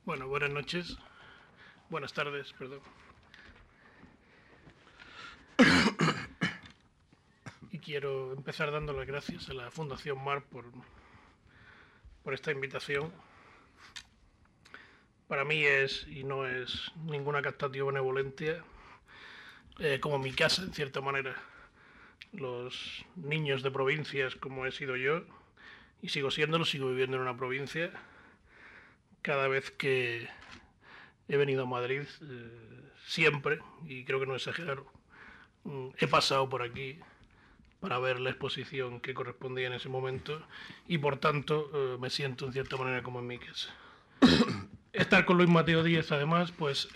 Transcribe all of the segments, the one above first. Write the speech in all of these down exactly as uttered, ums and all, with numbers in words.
Bueno, buenas noches. Buenas tardes, perdón. Y quiero empezar dando las gracias a la Fundación Mar por, por esta invitación. Para mí es, y no es ninguna captativa benevolencia, eh, como mi casa, en cierta manera. Los niños de provincias, como he sido yo, y sigo siéndolo, sigo viviendo en una provincia. Cada vez que he venido a Madrid, eh, siempre, y creo que no exagero, he pasado por aquí para ver la exposición que correspondía en ese momento y por tanto eh, me siento en cierta manera como en mi casa. Estar con Luis Mateo Díez, además, pues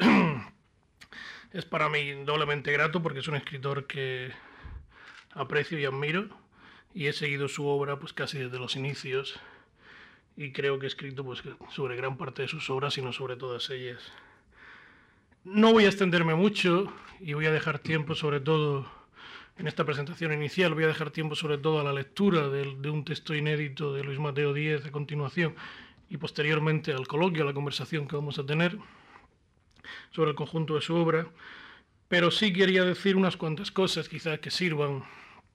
es para mí doblemente grato porque es un escritor que aprecio y admiro y he seguido su obra pues casi desde los inicios y creo que he escrito pues sobre gran parte de sus obras y no sobre todas ellas. No voy a extenderme mucho y voy a dejar tiempo sobre todo en esta presentación inicial, voy a dejar tiempo sobre todo a la lectura de, de un texto inédito de Luis Mateo Díez a continuación y posteriormente al coloquio, a la conversación que vamos a tener sobre el conjunto de su obra, pero sí quería decir unas cuantas cosas quizás que sirvan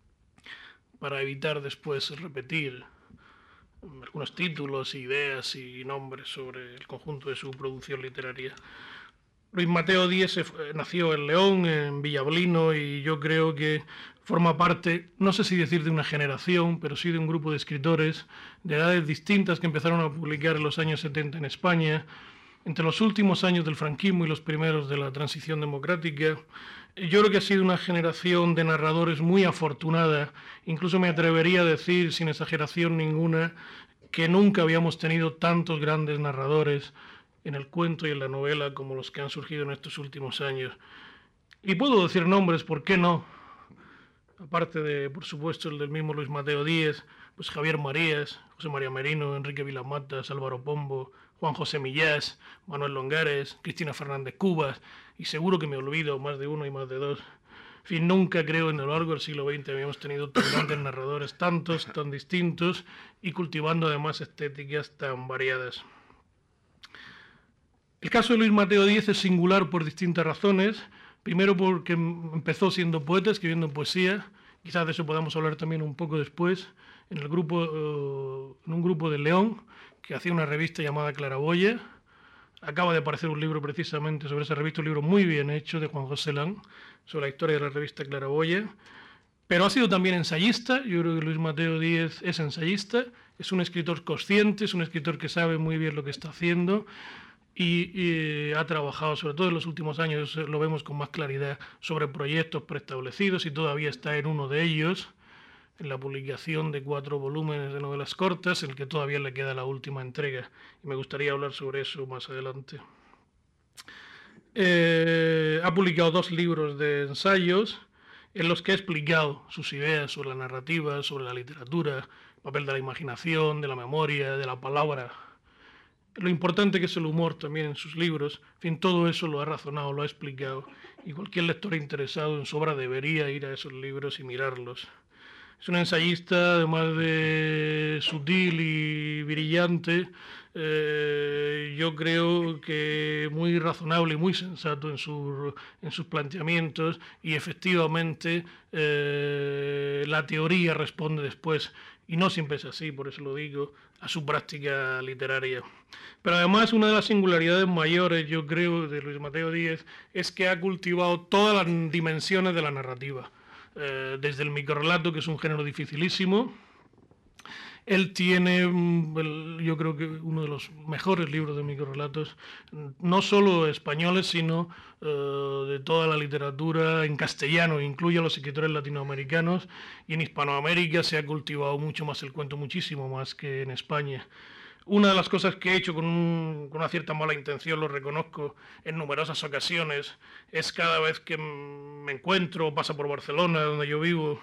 para evitar después repetir algunos títulos, ideas y nombres sobre el conjunto de su producción literaria. Luis Mateo Díez nació en León, en Villablino, y yo creo que forma parte, no sé si decir de una generación, pero sí de un grupo de escritores de edades distintas que empezaron a publicar en los años setenta en España, entre los últimos años del franquismo y los primeros de la transición democrática. Yo creo que ha sido una generación de narradores muy afortunada, incluso me atrevería a decir, sin exageración ninguna, que nunca habíamos tenido tantos grandes narradores en el cuento y en la novela como los que han surgido en estos últimos años. Y puedo decir nombres, ¿por qué no? Aparte de, por supuesto, el del mismo Luis Mateo Díez, pues Javier Marías, José María Merino, Enrique Vilamatas, Álvaro Pombo, Juan José Millás, Manuel Longares, Cristina Fernández Cubas, y seguro que me olvido más de uno y más de dos. En fin, nunca creo en a lo largo del siglo veinte habíamos tenido tan grandes narradores, tantos, tan distintos, y cultivando además estéticas tan variadas. El caso de Luis Mateo Díez es singular por distintas razones. Primero porque empezó siendo poeta, escribiendo poesía. Quizás de eso podamos hablar también un poco después. En, el grupo, uh, en un grupo de León, que hacía una revista llamada Claraboya. Acaba de aparecer un libro precisamente sobre esa revista, un libro muy bien hecho de Juan José Lán, sobre la historia de la revista Claraboya. Pero ha sido también ensayista. Yo creo que Luis Mateo Díez es ensayista. Es un escritor consciente, es un escritor que sabe muy bien lo que está haciendo. Y, y ha trabajado, sobre todo en los últimos años, lo vemos con más claridad, sobre proyectos preestablecidos y todavía está en uno de ellos, en la publicación de cuatro volúmenes de novelas cortas, en el que todavía le queda la última entrega. Y me gustaría hablar sobre eso más adelante. Eh, ha publicado dos libros de ensayos en los que ha explicado sus ideas sobre la narrativa, sobre la literatura, el papel de la imaginación, de la memoria, de la palabra. Lo importante que es el humor también en sus libros, en fin, todo eso lo ha razonado, lo ha explicado, y cualquier lector interesado en su obra debería ir a esos libros y mirarlos. Es un ensayista, además de sutil y brillante, eh, yo creo que muy razonable y muy sensato en, su, en sus planteamientos, y efectivamente eh, la teoría responde después, y no siempre es así, por eso lo digo, a su práctica literaria. Pero además una de las singularidades mayores, yo creo, de Luis Mateo Díez es que ha cultivado todas las dimensiones de la narrativa, eh, desde el microrrelato, que es un género dificilísimo. Él tiene, yo creo que uno de los mejores libros de microrrelatos, no solo españoles, sino uh, de toda la literatura en castellano, incluye a los escritores latinoamericanos, y en Hispanoamérica se ha cultivado mucho más el cuento, muchísimo más que en España. Una de las cosas que he hecho con, un, con una cierta mala intención, lo reconozco, en numerosas ocasiones, es cada vez que me encuentro, pasa por Barcelona, donde yo vivo,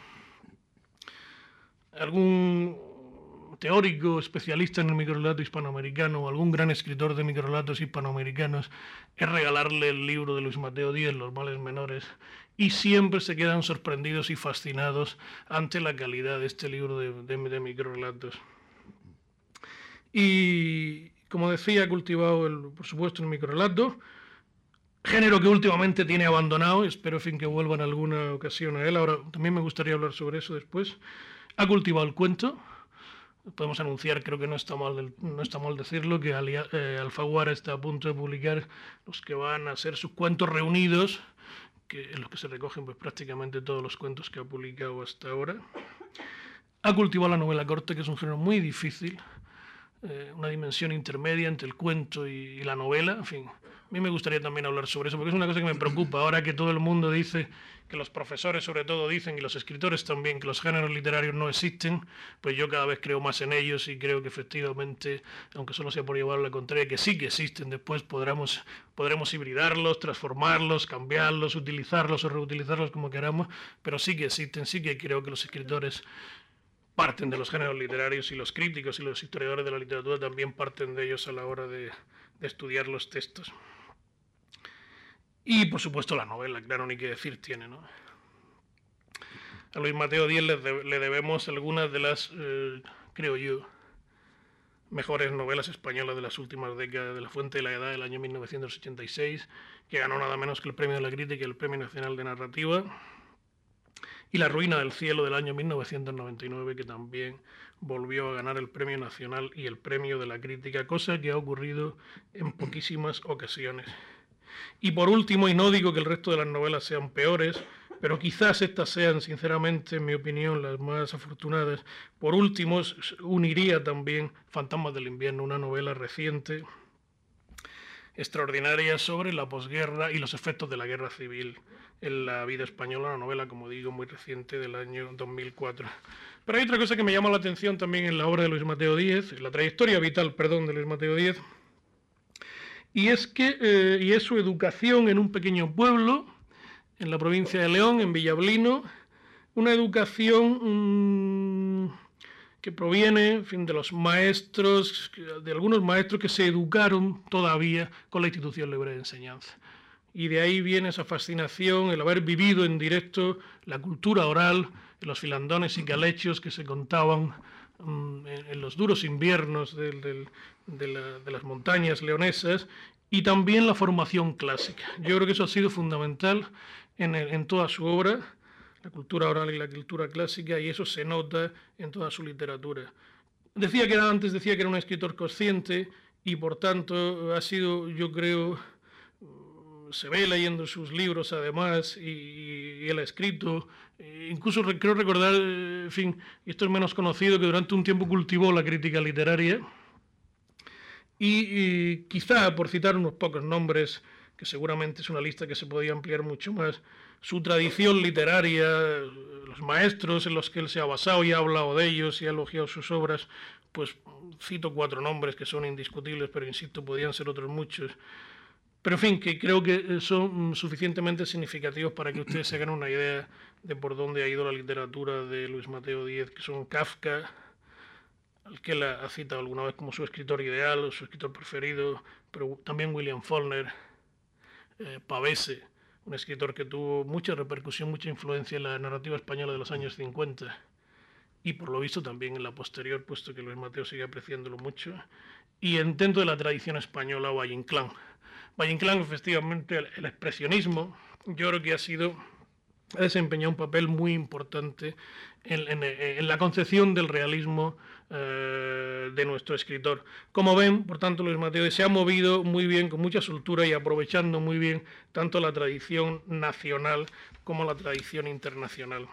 algún teórico especialista en el microrrelato hispanoamericano o algún gran escritor de microrrelatos hispanoamericanos, es regalarle el libro de Luis Mateo Díez, Los males menores, y siempre se quedan sorprendidos y fascinados ante la calidad de este libro de, de, de microrrelatos. Y como decía, ha cultivado, el, por supuesto, el microrelato, género que últimamente tiene abandonado, espero, en fin, que vuelva en alguna ocasión a él. Ahora también me gustaría hablar sobre eso después. Ha cultivado el cuento. Podemos anunciar, creo que no está mal, del, no está mal decirlo, que Alia, eh, Alfaguara está a punto de publicar los que van a ser sus cuentos reunidos, que, en los que se recogen pues, prácticamente todos los cuentos que ha publicado hasta ahora. Ha cultivado la novela corta, que es un género muy difícil, eh, una dimensión intermedia entre el cuento y, y la novela, en fin. A mí me gustaría también hablar sobre eso, porque es una cosa que me preocupa ahora que todo el mundo dice, que los profesores sobre todo dicen, y los escritores también, que los géneros literarios no existen, pues yo cada vez creo más en ellos y creo que efectivamente, aunque solo sea por llevar la contraria, que sí que existen. Después podremos, podremos hibridarlos, transformarlos, cambiarlos, utilizarlos o reutilizarlos como queramos, pero sí que existen, sí que creo que los escritores parten de los géneros literarios y los críticos y los historiadores de la literatura también parten de ellos a la hora de, de estudiar los textos. Y, por supuesto, la novela, claro, ni qué decir tiene, ¿no? A Luis Mateo Díez le, de, le debemos algunas de las, eh, creo yo, mejores novelas españolas de las últimas décadas, de La Fuente de la Edad del año mil novecientos ochenta y seis, que ganó nada menos que el Premio de la Crítica y el Premio Nacional de Narrativa, y La Ruina del Cielo del año mil novecientos noventa y nueve, que también volvió a ganar el Premio Nacional y el Premio de la Crítica, cosa que ha ocurrido en poquísimas ocasiones. Y por último, y no digo que el resto de las novelas sean peores, pero quizás estas sean, sinceramente, en mi opinión, las más afortunadas. Por último, uniría también Fantasmas del Invierno, una novela reciente, extraordinaria, sobre la posguerra y los efectos de la guerra civil en la vida española, una novela, como digo, muy reciente, del año dos mil cuatro. Pero hay otra cosa que me llama la atención también en la obra de Luis Mateo Díez, en la trayectoria vital, perdón, de Luis Mateo Díez, y es que eh, y es su educación en un pequeño pueblo, en la provincia de León, en Villablino, una educación mmm, que proviene, en fin, de los maestros, de algunos maestros que se educaron todavía con la institución libre de enseñanza. Y de ahí viene esa fascinación, el haber vivido en directo la cultura oral, los filandones y calechos que se contaban um, en, en los duros inviernos del, del, de, la, de las montañas leonesas, y también la formación clásica. Yo creo que eso ha sido fundamental en, el, en toda su obra, la cultura oral y la cultura clásica, y eso se nota en toda su literatura. Decía que era, antes decía que era un escritor consciente, y por tanto ha sido, yo creo, se ve leyendo sus libros además, y, y él ha escrito, incluso creo recordar, en fin, y esto es menos conocido, que durante un tiempo cultivó la crítica literaria, y, y quizá, por citar unos pocos nombres, que seguramente es una lista que se podía ampliar mucho más, su tradición literaria, los maestros en los que él se ha basado y ha hablado de ellos y ha elogiado sus obras, pues cito cuatro nombres que son indiscutibles, pero insisto, podían ser otros muchos. Pero en fin, que creo que son suficientemente significativos para que ustedes se hagan una idea de por dónde ha ido la literatura de Luis Mateo Díez, que son Kafka, al que él ha citado alguna vez como su escritor ideal o su escritor preferido, pero también William Faulkner, eh, Pavese, un escritor que tuvo mucha repercusión, mucha influencia en la narrativa española de los años cincuenta, y por lo visto también en la posterior, puesto que Luis Mateo sigue apreciándolo mucho, y en dentro de la tradición española, Valle Inclán. Valle Inclán, efectivamente, el, el expresionismo, yo creo que ha sido, ha desempeñado un papel muy importante en, en, en la concepción del realismo eh, de nuestro escritor. Como ven, por tanto, Luis Mateo se ha movido muy bien, con mucha soltura y aprovechando muy bien tanto la tradición nacional como la tradición internacional.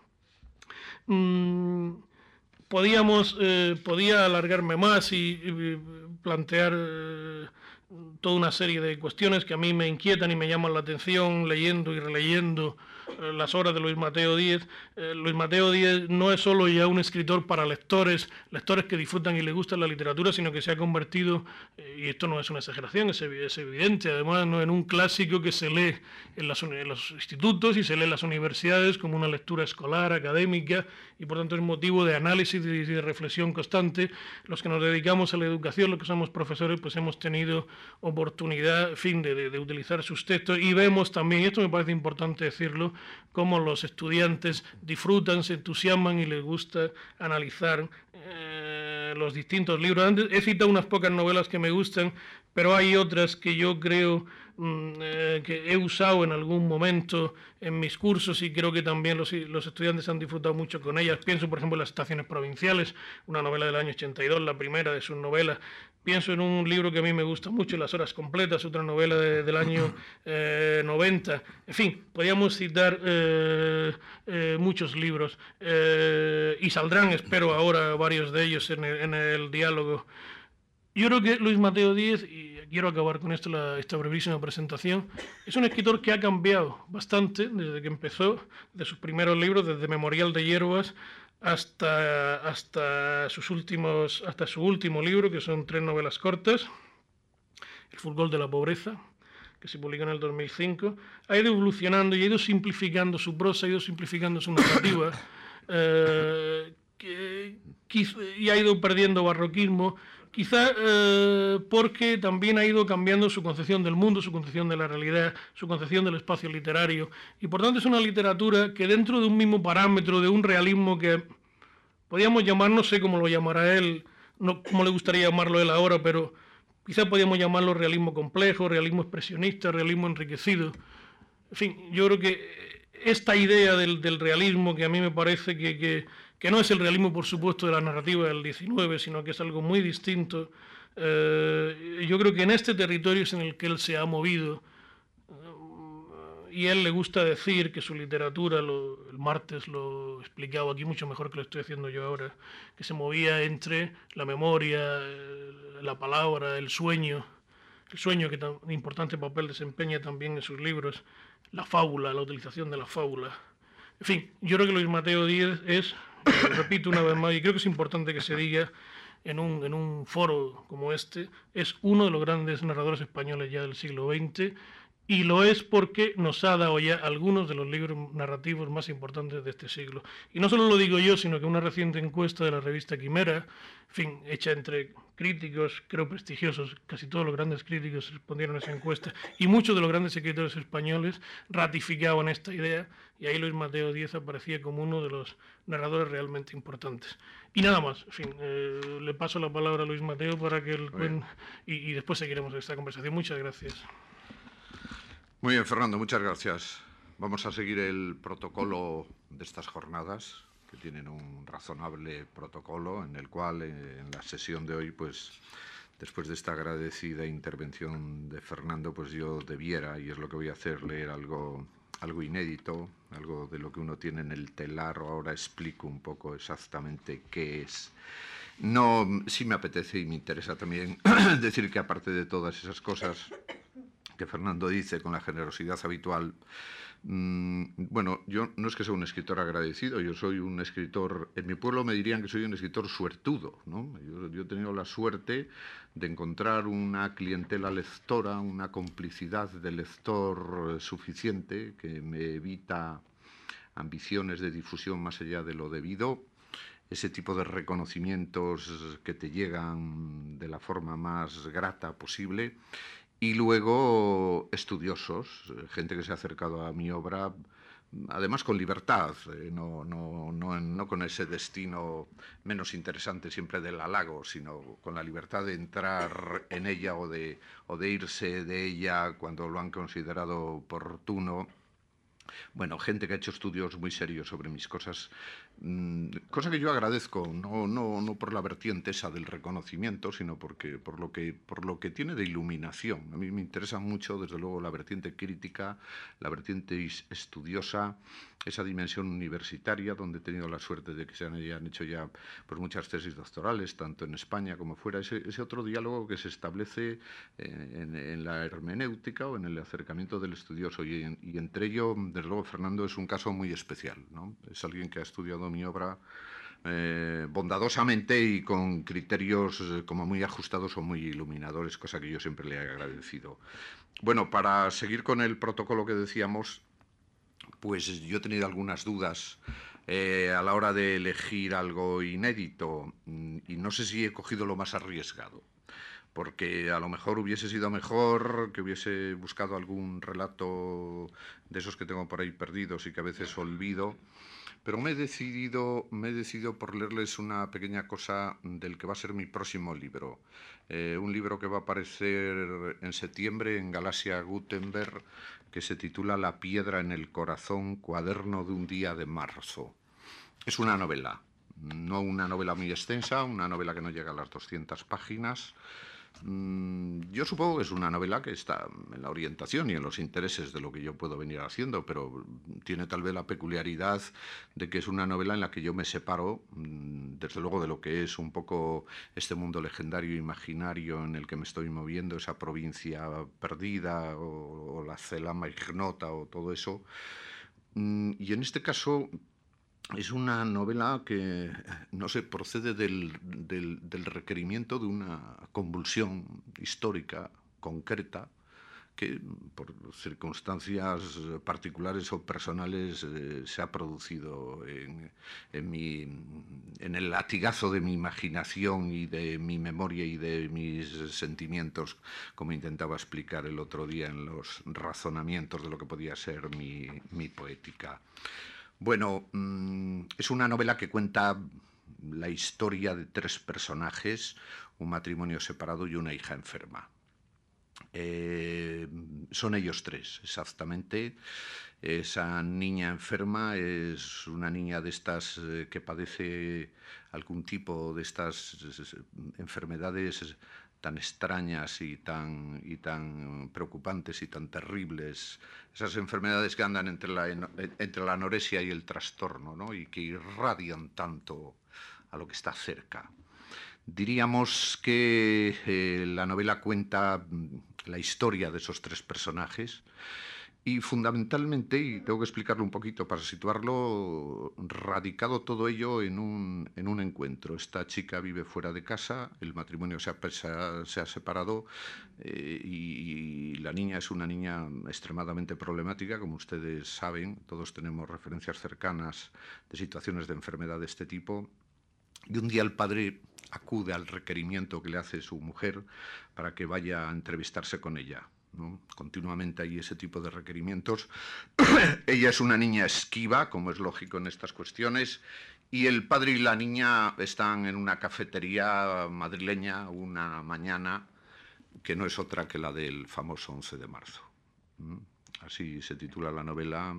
Mm, podíamos, eh, podía alargarme más y, y plantear eh, toda una serie de cuestiones que a mí me inquietan y me llaman la atención leyendo y releyendo eh, las obras de Luis Mateo Díez. Eh, Luis Mateo Díez no es solo ya un escritor para lectores, lectores que disfrutan y les gusta la literatura, sino que se ha convertido, eh, y esto no es una exageración, es, es evidente, además, ¿no?, en un clásico que se lee en, las, en los institutos y se lee en las universidades como una lectura escolar, académica, y por tanto es motivo de análisis y de, de reflexión constante. Los que nos dedicamos a la educación, los que somos profesores, pues hemos tenido oportunidad, en fin, de, de, de utilizar sus textos, y vemos también, y esto me parece importante decirlo, cómo los estudiantes disfrutan, se entusiasman y les gusta analizar eh, los distintos libros. Antes he citado unas pocas novelas que me gustan, pero hay otras que yo creo mmm, eh, que he usado en algún momento en mis cursos y creo que también los, los estudiantes han disfrutado mucho con ellas. Pienso, por ejemplo, en Las estaciones provinciales, una novela del año ochenta y dos, la primera de sus novelas. Pienso en un libro que a mí me gusta mucho, Las horas completas, otra novela de, del año eh, noventa. En fin, podríamos citar eh, eh, muchos libros eh, y saldrán, espero ahora, varios de ellos en el, en el diálogo. Yo creo que Luis Mateo Díez, y quiero acabar con esto, la, esta brevísima presentación, es un escritor que ha cambiado bastante desde que empezó, de sus primeros libros, desde Memorial de Hierbas hasta, hasta, sus últimos, hasta su último libro, que son tres novelas cortas, El fútbol de la pobreza, que se publicó en el dos mil cinco, ha ido evolucionando y ha ido simplificando su prosa, ha ido simplificando su narrativa, eh, que, y ha ido perdiendo barroquismo, quizá eh, porque también ha ido cambiando su concepción del mundo, su concepción de la realidad, su concepción del espacio literario, y por tanto es una literatura que dentro de un mismo parámetro, de un realismo que podríamos llamar, no sé cómo lo llamará él, no cómo le gustaría llamarlo él ahora, pero quizá podríamos llamarlo realismo complejo, realismo expresionista, realismo enriquecido. En fin, yo creo que esta idea del, del realismo, que a mí me parece que, que, que no es el realismo, por supuesto, de la narrativa del diecinueve, sino que es algo muy distinto, eh, yo creo que en este territorio es en el que él se ha movido. Y a él le gusta decir que su literatura, lo, el martes lo he explicado aquí mucho mejor que lo estoy haciendo yo ahora, que se movía entre la memoria, la palabra, el sueño, el sueño que tan importante papel desempeña también en sus libros, la fábula, la utilización de la fábula. En fin, yo creo que Luis Mateo Díez es, lo repito una vez más, y creo que es importante que se diga en un, en un foro como este, es uno de los grandes narradores españoles ya del siglo veinte, y lo es porque nos ha dado ya algunos de los libros narrativos más importantes de este siglo. Y no solo lo digo yo, sino que una reciente encuesta de la revista Quimera, en fin, hecha entre críticos, creo prestigiosos, casi todos los grandes críticos respondieron a esa encuesta, y muchos de los grandes escritores españoles ratificaban esta idea, y ahí Luis Mateo Díez aparecía como uno de los narradores realmente importantes. Y nada más, en fin, eh, le paso la palabra a Luis Mateo para que él cuente, y, y después seguiremos esta conversación. Muchas gracias. Muy bien, Fernando, muchas gracias. Vamos a seguir el protocolo de estas jornadas, que tienen un razonable protocolo, en el cual, eh, en la sesión de hoy, pues, después de esta agradecida intervención de Fernando, pues yo debiera, y es lo que voy a hacer, leer algo, algo inédito, algo de lo que uno tiene en el telar, o ahora explico un poco exactamente qué es. No, sí me apetece y me interesa también decir que, aparte de todas esas cosas que Fernando dice con la generosidad habitual, mmm, bueno, yo no es que sea un escritor agradecido, yo soy un escritor, en mi pueblo me dirían que soy un escritor suertudo, ¿no? Yo, yo he tenido la suerte de encontrar una clientela lectora, una complicidad de lector suficiente que me evita ambiciones de difusión más allá de lo debido, ese tipo de reconocimientos que te llegan de la forma más grata posible. Y luego estudiosos, gente que se ha acercado a mi obra, además con libertad, eh, no, no, no, no con ese destino menos interesante siempre del halago, sino con la libertad de entrar en ella o de, o de irse de ella cuando lo han considerado oportuno. Bueno, gente que ha hecho estudios muy serios sobre mis cosas, mmm, cosa que yo agradezco, no, no, no por la vertiente esa del reconocimiento, sino porque, por, lo que, por lo que tiene de iluminación. A mí me interesa mucho, desde luego, la vertiente crítica, la vertiente estudiosa, esa dimensión universitaria, donde he tenido la suerte de que se hayan hecho ya pues, muchas tesis doctorales, tanto en España como fuera, ese, ese otro diálogo que se establece en, en la hermenéutica o en el acercamiento del estudioso, y, en, y entre ello, desde luego, Fernando es un caso muy especial, ¿no? Es alguien que ha estudiado mi obra eh, bondadosamente y con criterios eh, como muy ajustados o muy iluminadores, cosa que yo siempre le he agradecido. Bueno, para seguir con el protocolo que decíamos, pues yo he tenido algunas dudas eh, a la hora de elegir algo inédito, y no sé si he cogido lo más arriesgado, porque a lo mejor hubiese sido mejor que hubiese buscado algún relato de esos que tengo por ahí perdidos y que a veces olvido, pero me he decidido, me he decidido por leerles una pequeña cosa del que va a ser mi próximo libro. Eh, un libro que va a aparecer en septiembre en Galaxia Gutenberg, que se titula La piedra en el corazón, cuaderno de un día de marzo. Es una novela, no una novela muy extensa, una novela que no llega a las doscientas páginas. Yo supongo que es una novela que está en la orientación y en los intereses de lo que yo puedo venir haciendo, pero tiene tal vez la peculiaridad de que es una novela en la que yo me separo, desde luego, de lo que es un poco este mundo legendario, imaginario en el que me estoy moviendo, esa provincia perdida o, o la Celama ignota o todo eso. Y en este caso es una novela que, no sé, procede del, del, del requerimiento de una convulsión histórica concreta que por circunstancias particulares o personales eh, se ha producido en, en, mi, en el latigazo de mi imaginación y de mi memoria y de mis sentimientos, como intentaba explicar el otro día en los razonamientos de lo que podía ser mi, mi poética. Bueno, es una novela que cuenta la historia de tres personajes, un matrimonio separado y una hija enferma. Eh, son ellos tres, exactamente. Esa niña enferma es una niña de estas eh, que padece algún tipo de estas enfermedades tan extrañas y tan, y tan preocupantes y tan terribles, esas enfermedades que andan entre la, entre la anorexia y el trastorno, ¿no? Y que irradian tanto a lo que está cerca. Diríamos que eh, la novela cuenta la historia de esos tres personajes y fundamentalmente, y tengo que explicarlo un poquito para situarlo, radicado todo ello en un, en un encuentro. Esta chica vive fuera de casa, el matrimonio se ha, se ha, se ha separado eh, y, y la niña es una niña extremadamente problemática, como ustedes saben, todos tenemos referencias cercanas de situaciones de enfermedad de este tipo. Y un día el padre acude al requerimiento que le hace su mujer para que vaya a entrevistarse con ella, ¿no? Continuamente hay ese tipo de requerimientos. Ella es una niña esquiva, como es lógico en estas cuestiones, y el padre y la niña están en una cafetería madrileña una mañana que no es otra que la del famoso once de marzo. Así se titula la novela.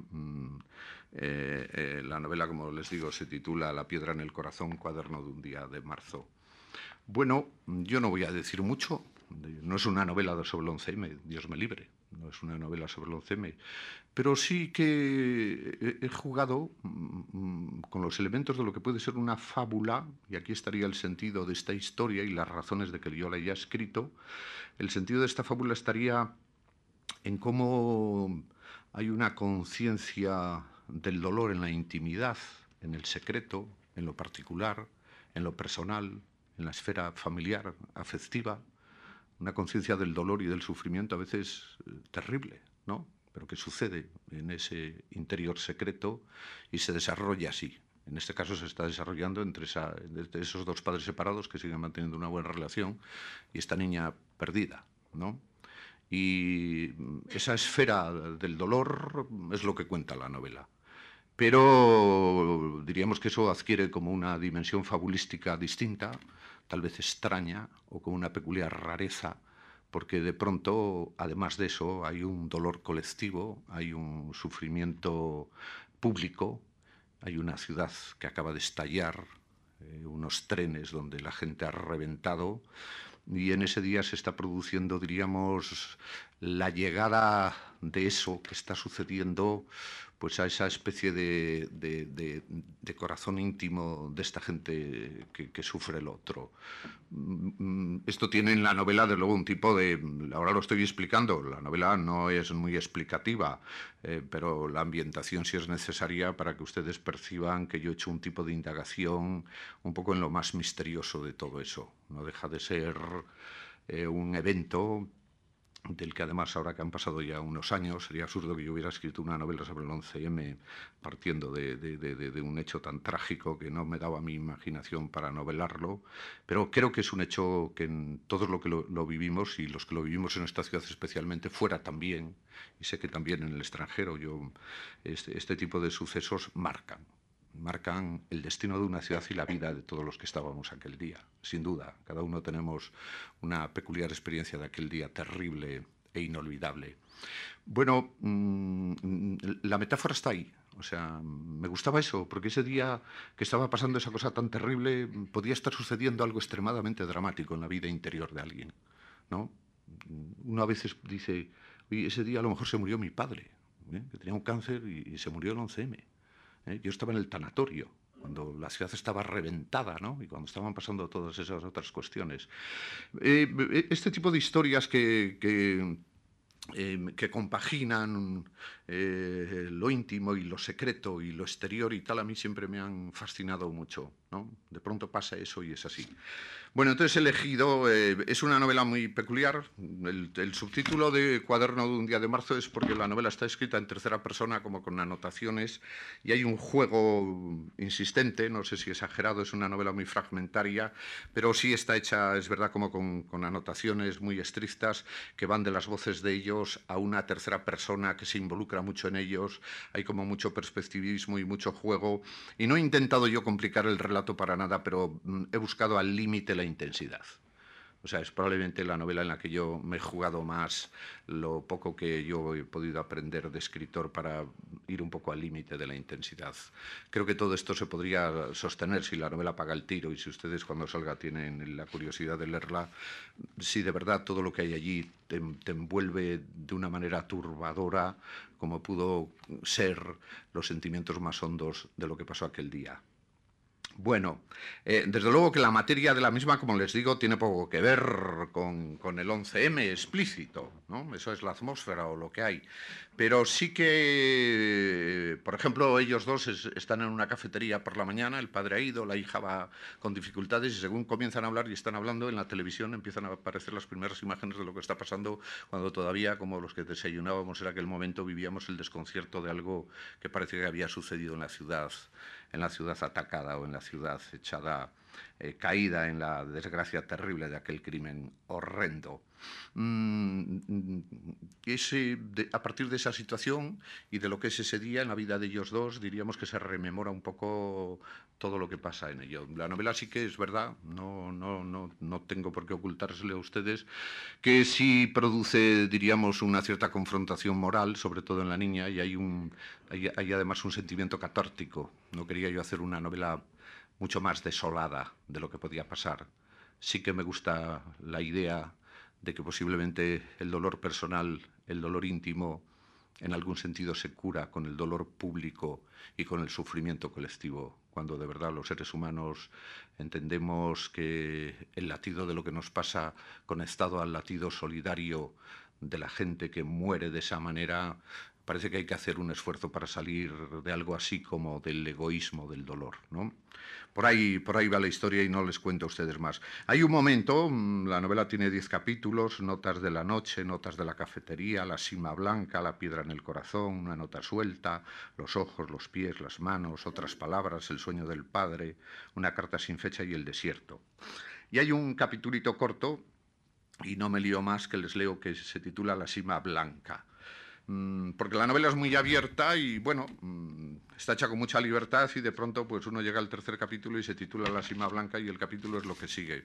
Eh, eh, la novela, como les digo, se titula La piedra en el corazón, cuaderno de un día de marzo. Bueno, yo no voy a decir mucho. No es una novela sobre el once eme, Dios me libre. No es una novela sobre el once eme. Pero sí que he jugado con los elementos de lo que puede ser una fábula, y aquí estaría el sentido de esta historia y las razones de que yo la haya escrito. El sentido de esta fábula estaría en cómo hay una conciencia del dolor en la intimidad, en el secreto, en lo particular, en lo personal, en la esfera familiar, afectiva, una conciencia del dolor y del sufrimiento a veces eh, terrible, ¿no? Pero que sucede en ese interior secreto y se desarrolla así. En este caso se está desarrollando entre, esa, entre esos dos padres separados que siguen manteniendo una buena relación y esta niña perdida, ¿no? Y esa esfera del dolor es lo que cuenta la novela. Pero diríamos que eso adquiere como una dimensión fabulística distinta, tal vez extraña o con una peculiar rareza, porque de pronto, además de eso, hay un dolor colectivo, hay un sufrimiento público, hay una ciudad que acaba de estallar, eh, unos trenes donde la gente ha reventado, y en ese día se está produciendo, diríamos, la llegada de eso que está sucediendo pues a esa especie de, de, de, de corazón íntimo de esta gente que, que sufre el otro. Esto tiene en la novela, de luego, un tipo de... Ahora lo estoy explicando, la novela no es muy explicativa, eh, pero la ambientación sí es necesaria para que ustedes perciban que yo he hecho un tipo de indagación un poco en lo más misterioso de todo eso. No deja de ser eh, un evento del que además, ahora que han pasado ya unos años, sería absurdo que yo hubiera escrito una novela sobre el once eme partiendo de, de, de, de un hecho tan trágico que no me daba mi imaginación para novelarlo, pero creo que es un hecho que en todos lo que lo, lo vivimos, y los que lo vivimos en esta ciudad especialmente, fuera también, y sé que también en el extranjero, yo, este, este tipo de sucesos marcan. marcan el destino de una ciudad y la vida de todos los que estábamos aquel día, sin duda. Cada uno tenemos una peculiar experiencia de aquel día terrible e inolvidable. Bueno, mmm, la metáfora está ahí. O sea, me gustaba eso, porque ese día que estaba pasando esa cosa tan terrible, podía estar sucediendo algo extremadamente dramático en la vida interior de alguien, ¿no? Uno a veces dice, oye, ese día a lo mejor se murió mi padre, ¿eh? Que tenía un cáncer y, y se murió el once eme. ¿eh? Yo estaba en el tanatorio, cuando la ciudad estaba reventada, ¿no? Y cuando estaban pasando todas esas otras cuestiones. Eh, este tipo de historias que... que Eh, que compaginan eh, lo íntimo y lo secreto y lo exterior y tal, a mí siempre me han fascinado mucho, ¿no? De pronto pasa eso y es así. Bueno, entonces he elegido, eh, es una novela muy peculiar. El, el subtítulo de Cuaderno de un día de marzo es porque la novela está escrita en tercera persona, como con anotaciones, y hay un juego insistente, no sé si exagerado, es una novela muy fragmentaria, pero sí está hecha, es verdad, como con, con anotaciones muy estrictas que van de las voces de ellos a una tercera persona que se involucra mucho en ellos. Hay como mucho perspectivismo y mucho juego, y no he intentado yo complicar el relato para nada, pero mm, he buscado al límite la intensidad. O sea, es probablemente la novela en la que yo me he jugado más lo poco que yo he podido aprender de escritor para ir un poco al límite de la intensidad. Creo que todo esto se podría sostener si la novela paga el tiro y si ustedes cuando salga tienen la curiosidad de leerla, si de verdad todo lo que hay allí te, te envuelve de una manera turbadora, como pudo ser los sentimientos más hondos de lo que pasó aquel día. Bueno, eh, desde luego que la materia de la misma, como les digo, tiene poco que ver con, con el once eme explícito, ¿no? Eso es la atmósfera o lo que hay. Pero sí que, por ejemplo, ellos dos es, están en una cafetería por la mañana, el padre ha ido, la hija va con dificultades y según comienzan a hablar y están hablando en la televisión empiezan a aparecer las primeras imágenes de lo que está pasando cuando todavía, como los que desayunábamos en aquel momento, vivíamos el desconcierto de algo que parecía que había sucedido en la ciudad, en la ciudad atacada o en la ciudad echada, eh, caída en la desgracia terrible de aquel crimen horrendo. Mm, ese, de, a partir de esa situación y de lo que es ese día en la vida de ellos dos, diríamos que se rememora un poco todo lo que pasa en ello. La novela sí que es verdad, no, no, no, no tengo por qué ocultárselo a ustedes, que sí produce, diríamos, una cierta confrontación moral, sobre todo en la niña, y hay, un, hay, hay además un sentimiento catártico. No quería yo hacer una novela mucho más desolada de lo que podía pasar. Sí que me gusta la idea de que posiblemente el dolor personal, el dolor íntimo, en algún sentido se cura con el dolor público y con el sufrimiento colectivo, cuando de verdad los seres humanos entendemos que el latido de lo que nos pasa conectado al latido solidario de la gente que muere de esa manera, parece que hay que hacer un esfuerzo para salir de algo así como del egoísmo del dolor, ¿no? Por ahí, por ahí va la historia y no les cuento a ustedes más. Hay un momento, la novela tiene diez capítulos, notas de la noche, notas de la cafetería, la sima blanca, la piedra en el corazón, una nota suelta, los ojos, los pies, las manos, otras palabras, el sueño del padre, una carta sin fecha y el desierto. Y hay un capitulito corto, y no me lío más, que les leo, que se titula La sima blanca. Porque la novela es muy abierta y, bueno, está hecha con mucha libertad y de pronto pues uno llega al tercer capítulo y se titula La sima blanca y el capítulo es lo que sigue.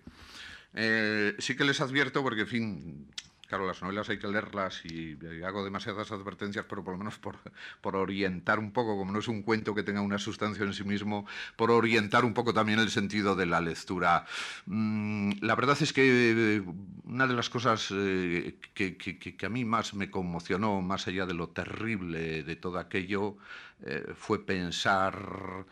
Eh, sí que les advierto porque, en fin, claro, las novelas hay que leerlas y hago demasiadas advertencias, pero por lo menos por, por orientar un poco, como no es un cuento que tenga una sustancia en sí mismo, por orientar un poco también el sentido de la lectura. Mm, la verdad es que una de las cosas eh, que, que, que a mí más me conmocionó, más allá de lo terrible de todo aquello, eh, fue pensar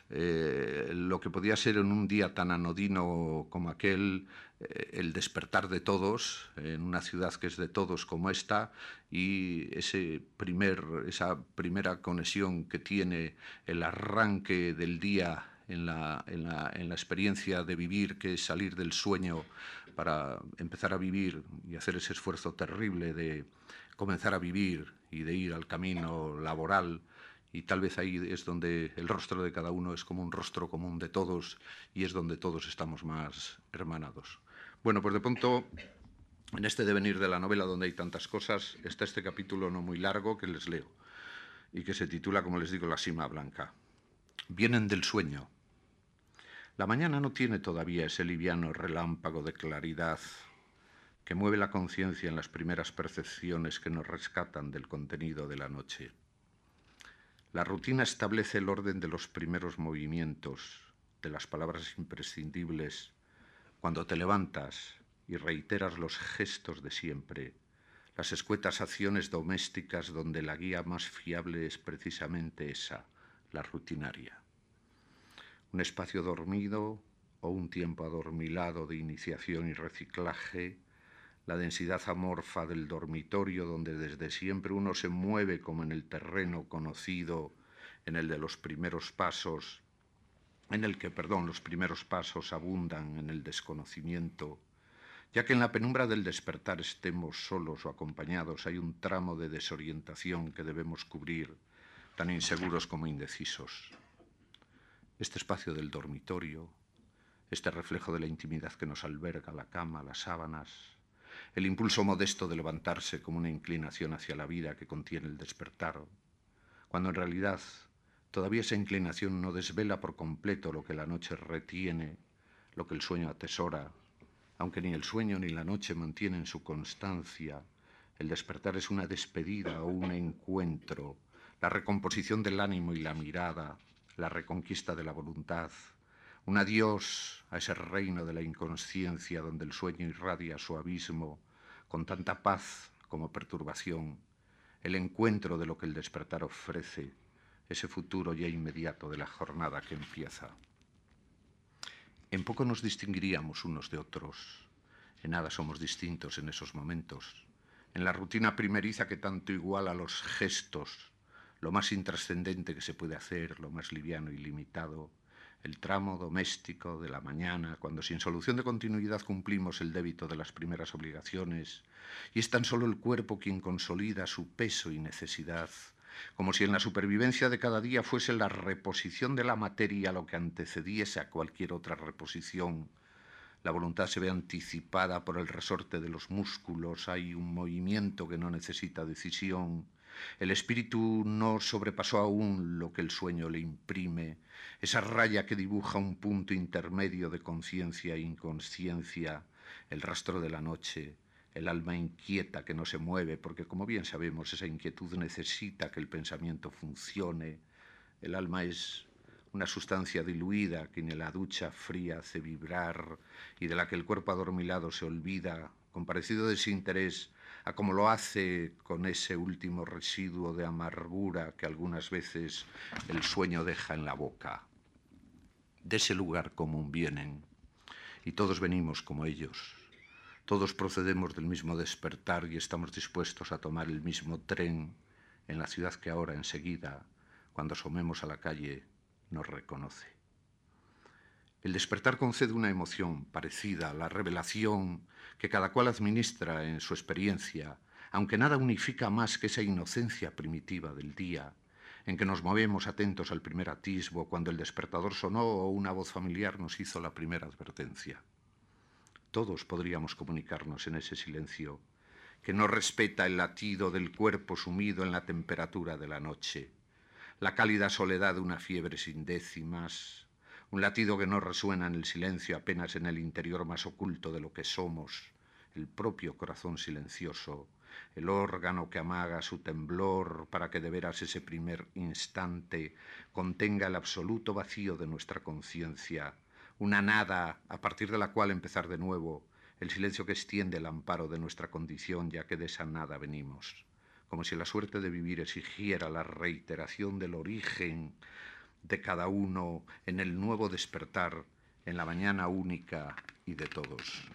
eh, lo que podía ser en un día tan anodino como aquel, el despertar de todos en una ciudad que es de todos como esta y ese primer, esa primera conexión que tiene el arranque del día en la, en la, en la experiencia de vivir, que es salir del sueño para empezar a vivir y hacer ese esfuerzo terrible de comenzar a vivir y de ir al camino laboral. Y tal vez ahí es donde el rostro de cada uno es como un rostro común de todos y es donde todos estamos más hermanados. Bueno, pues de pronto, en este devenir de la novela donde hay tantas cosas, está este capítulo no muy largo que les leo y que se titula, como les digo, La sima blanca. vienen del sueño. La mañana no tiene todavía ese liviano relámpago de claridad que mueve la conciencia en las primeras percepciones que nos rescatan del contenido de la noche. La rutina establece el orden de los primeros movimientos, de las palabras imprescindibles, cuando te levantas y reiteras los gestos de siempre, las escuetas acciones domésticas donde la guía más fiable es precisamente esa, la rutinaria. Un espacio dormido o un tiempo adormilado de iniciación y reciclaje, la densidad amorfa del dormitorio donde desde siempre uno se mueve como en el terreno conocido, en el de los primeros pasos, en el que, perdón, los primeros pasos abundan en el desconocimiento, ya que en la penumbra del despertar estemos solos o acompañados, hay un tramo de desorientación que debemos cubrir, tan inseguros como indecisos. Este espacio del dormitorio, este reflejo de la intimidad que nos alberga la cama, las sábanas, el impulso modesto de levantarse como una inclinación hacia la vida que contiene el despertar, cuando en realidad todavía esa inclinación no desvela por completo lo que la noche retiene, lo que el sueño atesora, aunque ni el sueño ni la noche mantienen su constancia. El despertar es una despedida o un encuentro, la recomposición del ánimo y la mirada, la reconquista de la voluntad, un adiós a ese reino de la inconsciencia donde el sueño irradia su abismo con tanta paz como perturbación, el encuentro de lo que el despertar ofrece, ese futuro ya inmediato de la jornada que empieza. En poco nos distinguiríamos unos de otros, en nada somos distintos en esos momentos, en la rutina primeriza que tanto iguala los gestos, lo más intrascendente que se puede hacer, lo más liviano y limitado, el tramo doméstico de la mañana, cuando sin solución de continuidad cumplimos el débito de las primeras obligaciones, y es tan solo el cuerpo quien consolida su peso y necesidad, como si en la supervivencia de cada día fuese la reposición de la materia lo que antecediese a cualquier otra reposición. La voluntad se ve anticipada por el resorte de los músculos, hay un movimiento que no necesita decisión. El espíritu no sobrepasó aún lo que el sueño le imprime, esa raya que dibuja un punto intermedio de conciencia e inconsciencia, el rastro de la noche, el alma inquieta que no se mueve, porque como bien sabemos, esa inquietud necesita que el pensamiento funcione. El alma es una sustancia diluida que en la ducha fría hace vibrar y de la que el cuerpo adormilado se olvida, con parecido desinterés a como lo hace con ese último residuo de amargura que algunas veces el sueño deja en la boca. De ese lugar común vienen, y todos venimos como ellos. Todos procedemos del mismo despertar y estamos dispuestos a tomar el mismo tren en la ciudad que ahora enseguida, cuando asomemos a la calle, nos reconoce. El despertar concede una emoción parecida a la revelación que cada cual administra en su experiencia, aunque nada unifica más que esa inocencia primitiva del día, en que nos movemos atentos al primer atisbo cuando el despertador sonó o una voz familiar nos hizo la primera advertencia. Todos podríamos comunicarnos en ese silencio que no respeta el latido del cuerpo sumido en la temperatura de la noche, la cálida soledad de una fiebre sin décimas, un latido que no resuena en el silencio apenas en el interior más oculto de lo que somos, el propio corazón silencioso, el órgano que amaga su temblor para que de veras ese primer instante contenga el absoluto vacío de nuestra conciencia, una nada a partir de la cual empezar de nuevo, el silencio que extiende el amparo de nuestra condición, ya que de esa nada venimos, como si la suerte de vivir exigiera la reiteración del origen de cada uno en el nuevo despertar, en la mañana única y de todos.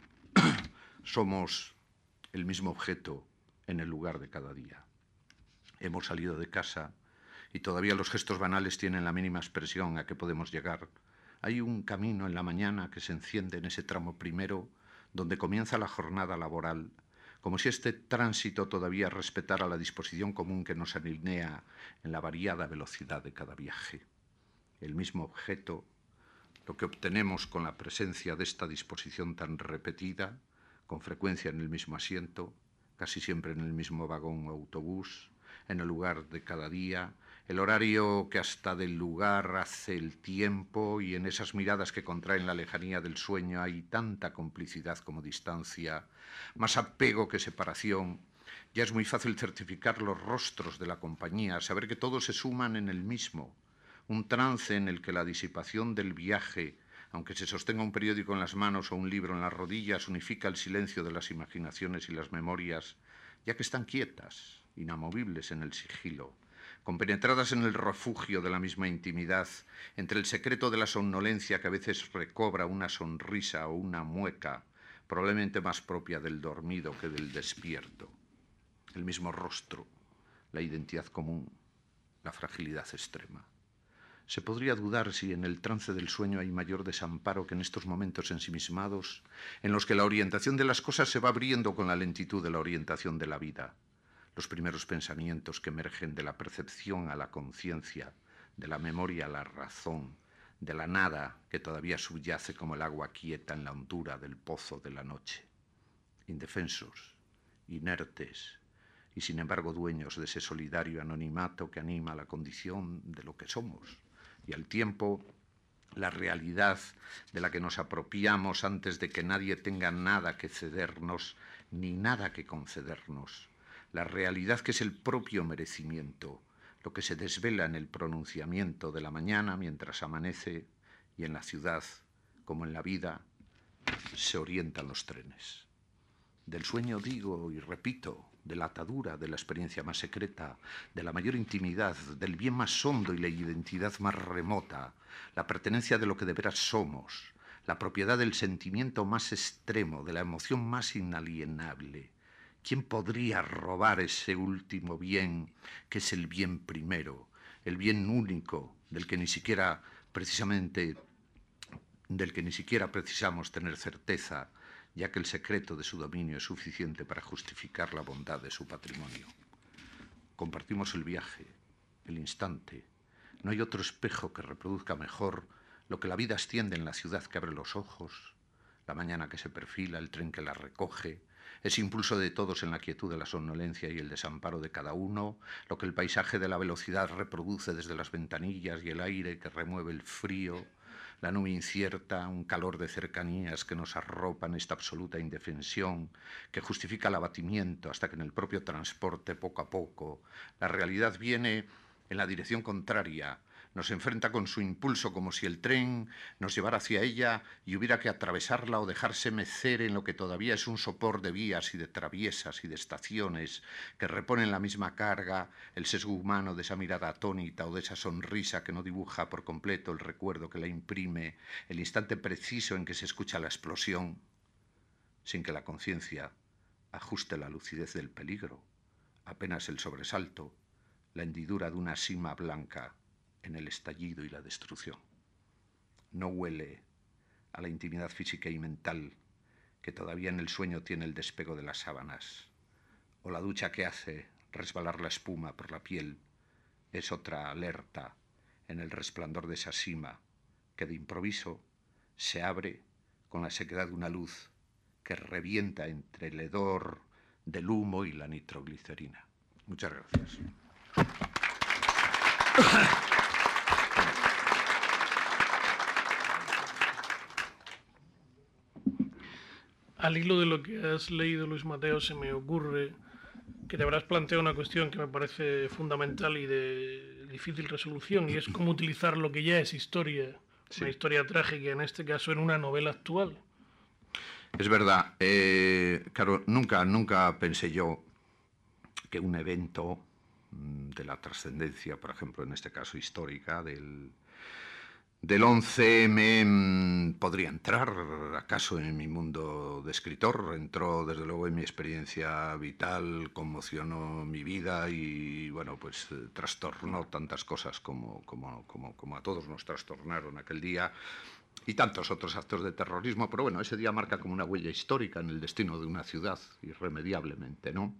Somos el mismo objeto en el lugar de cada día. Hemos salido de casa y todavía los gestos banales tienen la mínima expresión a que podemos llegar. Hay un camino en la mañana que se enciende en ese tramo primero donde comienza la jornada laboral, como si este tránsito todavía respetara la disposición común que nos alinea en la variada velocidad de cada viaje. El mismo objeto, lo que obtenemos con la presencia de esta disposición tan repetida, con frecuencia en el mismo asiento, casi siempre en el mismo vagón o autobús, en el lugar de cada día, el horario que hasta del lugar hace el tiempo, y en esas miradas que contraen la lejanía del sueño hay tanta complicidad como distancia, más apego que separación. Ya es muy fácil certificar los rostros de la compañía, saber que todos se suman en el mismo, un trance en el que la disipación del viaje, aunque se sostenga un periódico en las manos o un libro en las rodillas, unifica el silencio de las imaginaciones y las memorias, ya que están quietas, inamovibles en el sigilo, compenetradas en el refugio de la misma intimidad, entre el secreto de la somnolencia que a veces recobra una sonrisa o una mueca, probablemente más propia del dormido que del despierto. El mismo rostro, la identidad común, la fragilidad extrema. Se podría dudar si en el trance del sueño hay mayor desamparo que en estos momentos ensimismados, en los que la orientación de las cosas se va abriendo con la lentitud de la orientación de la vida. Los primeros pensamientos que emergen de la percepción a la conciencia, de la memoria a la razón, de la nada que todavía subyace como el agua quieta en la hondura del pozo de la noche. Indefensos, inertes, y sin embargo dueños de ese solidario anonimato que anima la condición de lo que somos, y al tiempo la realidad de la que nos apropiamos antes de que nadie tenga nada que cedernos ni nada que concedernos, la realidad que es el propio merecimiento, lo que se desvela en el pronunciamiento de la mañana mientras amanece, y en la ciudad, como en la vida, se orientan los trenes. Del sueño digo y repito, de la atadura, de la experiencia más secreta, de la mayor intimidad, del bien más hondo y la identidad más remota, la pertenencia de lo que de veras somos, la propiedad del sentimiento más extremo, de la emoción más inalienable. ¿Quién podría robar ese último bien, que es el bien primero, el bien único, del que ni siquiera precisamente, del que ni siquiera precisamos tener certeza, ya que el secreto de su dominio es suficiente para justificar la bondad de su patrimonio? Compartimos el viaje, el instante. No hay otro espejo que reproduzca mejor lo que la vida extiende en la ciudad que abre los ojos, la mañana que se perfila, el tren que la recoge, ese impulso de todos en la quietud de la somnolencia y el desamparo de cada uno, lo que el paisaje de la velocidad reproduce desde las ventanillas y el aire que remueve el frío, la nube incierta, un calor de cercanías que nos arropa en esta absoluta indefensión, que justifica el abatimiento hasta que en el propio transporte, poco a poco, la realidad viene en la dirección contraria, nos enfrenta con su impulso como si el tren nos llevara hacia ella y hubiera que atravesarla o dejarse mecer en lo que todavía es un sopor de vías y de traviesas y de estaciones que reponen la misma carga, el sesgo humano de esa mirada atónita o de esa sonrisa que no dibuja por completo el recuerdo que la imprime, el instante preciso en que se escucha la explosión, sin que la conciencia ajuste la lucidez del peligro, apenas el sobresalto, la hendidura de una sima blanca en el estallido y la destrucción. No huele a la intimidad física y mental que todavía en el sueño tiene el despego de las sábanas, o la ducha que hace resbalar la espuma por la piel es otra alerta en el resplandor de esa sima que de improviso se abre con la sequedad de una luz que revienta entre el hedor del humo y la nitroglicerina. Muchas gracias. Al hilo de lo que has leído, Luis Mateo, se me ocurre que te habrás planteado una cuestión que me parece fundamental y de difícil resolución, y es cómo utilizar lo que ya es historia, sí. Una historia trágica, en este caso en una novela actual. Es verdad. Eh, claro, nunca, nunca pensé yo que un evento de la trascendencia, por ejemplo, en este caso histórica, del... Del once eme podría entrar, acaso, en mi mundo de escritor. Entró, desde luego, en mi experiencia vital, conmocionó mi vida y, bueno, pues trastornó tantas cosas como, como, como, como a todos nos trastornaron aquel día, y tantos otros actos de terrorismo. Pero bueno, ese día marca como una huella histórica en el destino de una ciudad, irremediablemente, ¿no?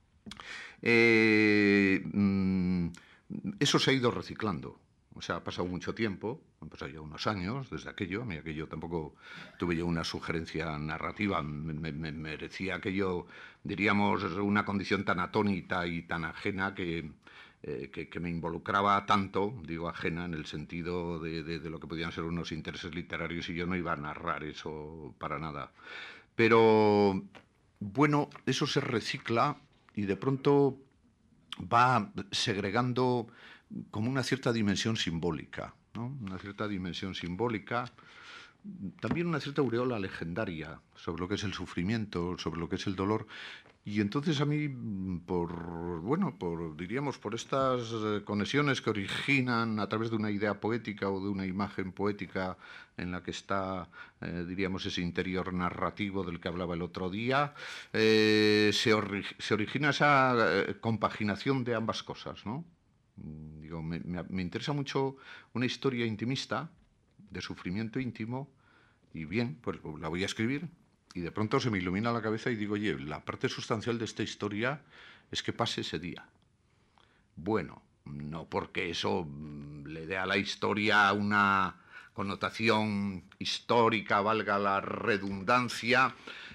Eh, mm, eso se ha ido reciclando. O sea, ha pasado mucho tiempo, han pasado ya unos años desde aquello. A mí aquello tampoco tuve yo una sugerencia narrativa, me, me, me merecía aquello, diríamos, una condición tan atónita y tan ajena que eh, que, que me involucraba tanto, digo ajena, en el sentido de, de, de lo que podían ser unos intereses literarios, y yo no iba a narrar eso para nada. Pero, bueno, eso se recicla y de pronto va segregando como una cierta dimensión simbólica, ¿no? Una cierta dimensión simbólica, también una cierta aureola legendaria sobre lo que es el sufrimiento, sobre lo que es el dolor. Y entonces a mí, por, bueno, por, diríamos, por estas conexiones que originan a través de una idea poética o de una imagen poética en la que está, eh, diríamos, ese interior narrativo del que hablaba el otro día, eh, se, ori se origina esa eh, compaginación de ambas cosas, ¿no? Digo, me, me, me interesa mucho una historia intimista, de sufrimiento íntimo, y bien, pues la voy a escribir. Y de pronto se me ilumina la cabeza y digo, oye, la parte sustancial de esta historia es que pase ese día. Bueno, no porque eso le dé a la historia una connotación histórica, valga la redundancia,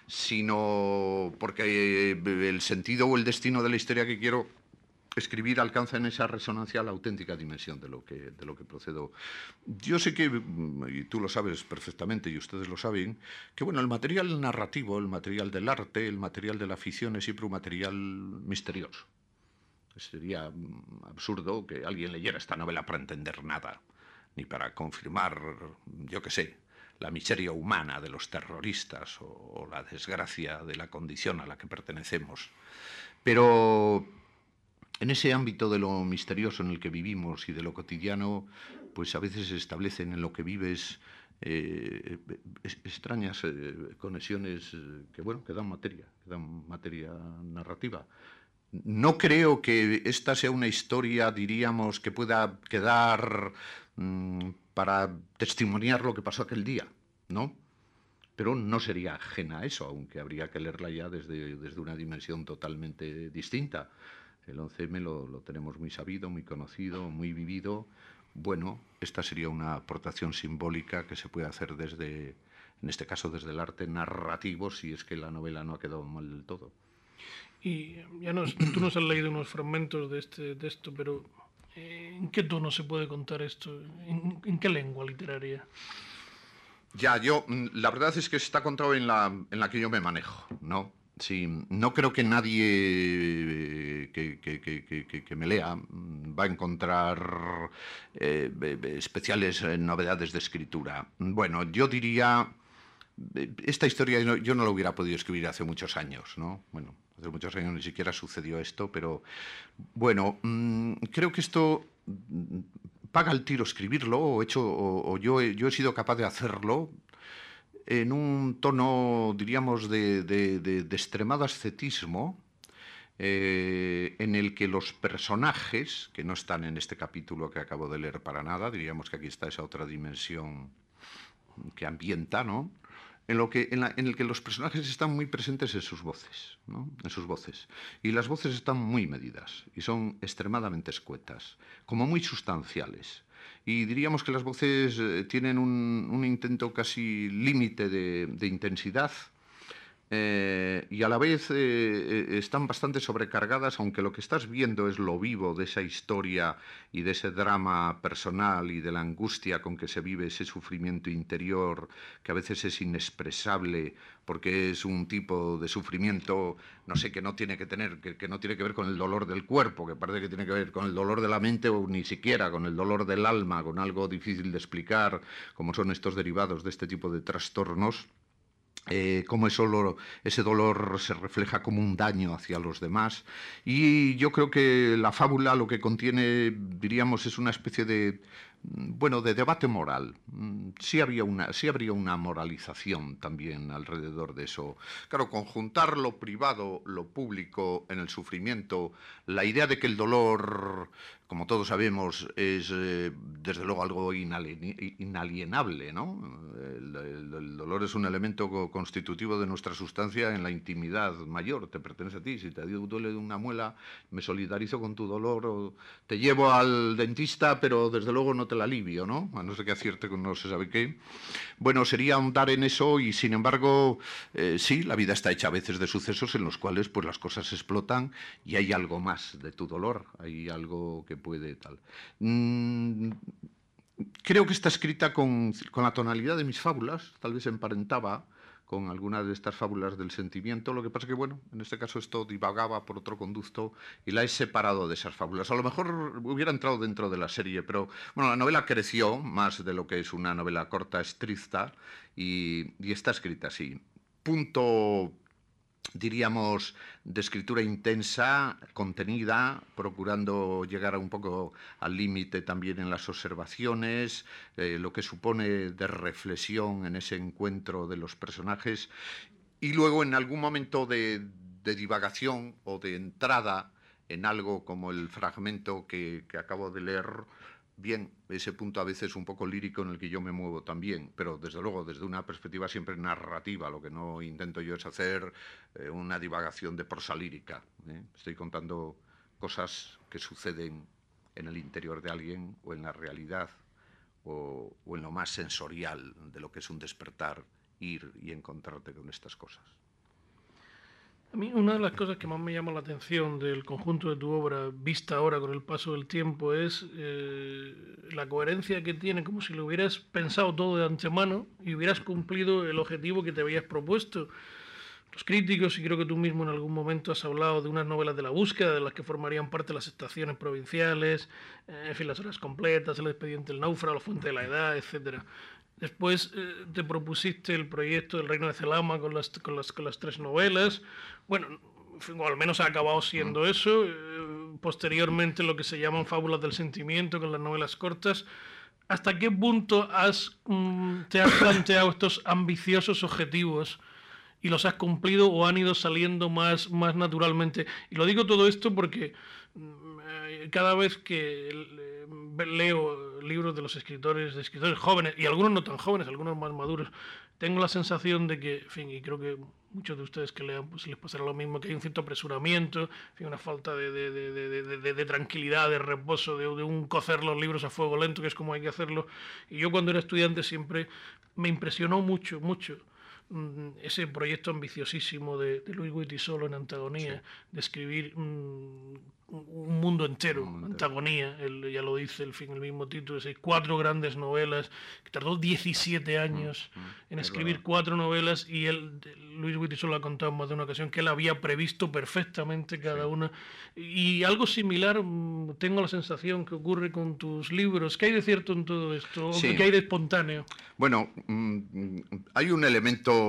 sino porque el sentido o el destino de la historia que quiero escribir alcanza en esa resonancia la auténtica dimensión de lo que, de lo que procedo. Yo sé que, y tú lo sabes perfectamente y ustedes lo saben, que bueno, el material narrativo, el material del arte, el material de la ficción es siempre un material misterioso. Sería absurdo que alguien leyera esta novela para entender nada, ni para confirmar, yo qué sé, la miseria humana de los terroristas o, o la desgracia de la condición a la que pertenecemos. Pero en ese ámbito de lo misterioso en el que vivimos y de lo cotidiano, pues a veces se establecen en lo que vives eh, extrañas eh, conexiones que, bueno, que dan materia, que dan materia narrativa. No creo que esta sea una historia, diríamos, que pueda quedar mmm, para testimoniar lo que pasó aquel día, ¿no? Pero no sería ajena a eso, aunque habría que leerla ya desde, desde una dimensión totalmente distinta. El once eme lo, lo tenemos muy sabido, muy conocido, muy vivido. Bueno, esta sería una aportación simbólica que se puede hacer desde, en este caso, desde el arte narrativo, si es que la novela no ha quedado mal del todo. Y ya nos, tú nos has leído unos fragmentos de, este, de esto, pero eh, ¿en qué tono se puede contar esto? ¿En, en qué lengua literaria? Ya, yo, la verdad es que está contado en la, en la que yo me manejo, ¿no? Sí, no creo que nadie que, que, que, que, que me lea va a encontrar eh, especiales novedades de escritura. Bueno, yo diría, esta historia yo no la hubiera podido escribir hace muchos años, ¿no? Bueno, hace muchos años ni siquiera sucedió esto, pero bueno, creo que esto paga el tiro escribirlo, o, hecho, o, o yo, he, yo he sido capaz de hacerlo en un tono, diríamos, de, de, de, de extremado ascetismo, eh, en el que los personajes, que no están en este capítulo que acabo de leer para nada, diríamos que aquí está esa otra dimensión que ambienta, ¿no? En, lo que, en, la, en el que los personajes están muy presentes en sus voces, ¿no? En sus voces. Y las voces están muy medidas y son extremadamente escuetas, como muy sustanciales. Y diríamos que las voces eh, tienen un, un intento casi límite de, de intensidad, eh, y a la vez eh, están bastante sobrecargadas, aunque lo que estás viendo es lo vivo de esa historia y de ese drama personal y de la angustia con que se vive ese sufrimiento interior, que a veces es inexpresable porque es un tipo de sufrimiento, no sé, que no tiene que tener, que, que no tiene que ver con el dolor del cuerpo, que parece que tiene que ver con el dolor de la mente, o ni siquiera con el dolor del alma, con algo difícil de explicar, como son estos derivados de este tipo de trastornos. Eh, cómo eso lo, ese dolor se refleja como un daño hacia los demás. Y yo creo que la fábula lo que contiene, diríamos, es una especie de, bueno, de debate moral. Sí habría una, sí habría una moralización también alrededor de eso. Claro, conjuntar lo privado, lo público en el sufrimiento, la idea de que el dolor, como todos sabemos, es eh, desde luego algo inalienable, ¿no? El, el, el dolor es un elemento constitutivo de nuestra sustancia en la intimidad mayor, te pertenece a ti. Si te duele una muela, me solidarizo con tu dolor, o te llevo al dentista, pero desde luego no Hotel Alivio, ¿no? A no ser que acierte con no se sabe qué. Bueno, sería ahondar en eso y, sin embargo, eh, sí, la vida está hecha a veces de sucesos en los cuales pues las cosas explotan y hay algo más de tu dolor, hay algo que puede tal. Mm, creo que está escrita con, con la tonalidad de mis fábulas, tal vez emparentaba con algunas de estas fábulas del sentimiento. Lo que pasa que, bueno, en este caso esto divagaba por otro conducto y la he separado de esas fábulas. A lo mejor hubiera entrado dentro de la serie, pero, bueno, la novela creció más de lo que es una novela corta, estricta, y, y está escrita así. Punto, diríamos, de escritura intensa, contenida, procurando llegar a un poco al límite también en las observaciones, eh, lo que supone de reflexión en ese encuentro de los personajes, y luego en algún momento de, de divagación o de entrada en algo como el fragmento que, que acabo de leer. Bien, ese punto a veces un poco lírico en el que yo me muevo también, pero desde luego desde una perspectiva siempre narrativa. Lo que no intento yo es hacer eh, una divagación de prosa lírica, ¿eh? Estoy contando cosas que suceden en el interior de alguien o en la realidad o, o en lo más sensorial de lo que es un despertar, ir y encontrarte con estas cosas. A mí una de las cosas que más me llama la atención del conjunto de tu obra, vista ahora con el paso del tiempo, es eh, la coherencia que tiene, como si lo hubieras pensado todo de antemano y hubieras cumplido el objetivo que te habías propuesto. Los críticos, y creo que tú mismo en algún momento has hablado de unas novelas de la búsqueda, de las que formarían parte las estaciones provinciales, eh, en fin, las horas completas, el expediente del náufrago, la fuente de la edad, etcétera. Después eh, te propusiste el proyecto del Reino de Celama con las, con las, con las tres novelas. Bueno, o al menos ha acabado siendo eso. Eh, posteriormente lo que se llaman fábulas del sentimiento con las novelas cortas. ¿Hasta qué punto has, mm, te has planteado estos ambiciosos objetivos y los has cumplido o han ido saliendo más, más naturalmente? Y lo digo todo esto porque mm, cada vez que leo libros de los escritores, de escritores jóvenes, y algunos no tan jóvenes, algunos más maduros, tengo la sensación de que, en fin, y creo que muchos de ustedes que lean, pues les pasará lo mismo, que hay un cierto apresuramiento, en fin, una falta de, de, de, de, de, de tranquilidad, de reposo, de, de un cocer los libros a fuego lento, que es como hay que hacerlo. Y yo cuando era estudiante siempre me impresionó mucho, mucho ese proyecto ambiciosísimo de, de Luis Goytisolo en Antagonía, sí, de escribir un, un mundo entero, un mundo Antagonía, el, ya lo dice el fin, el mismo título, es cuatro grandes novelas, que tardó diecisiete años mm, mm, en escribir verdad. cuatro novelas, y él, Luis Goytisolo ha contado en más de una ocasión que él había previsto perfectamente cada sí. una, y algo similar tengo la sensación que ocurre con tus libros. ¿Qué hay de cierto en todo esto? Sí. ¿Qué hay de espontáneo? Bueno, mmm, hay un elemento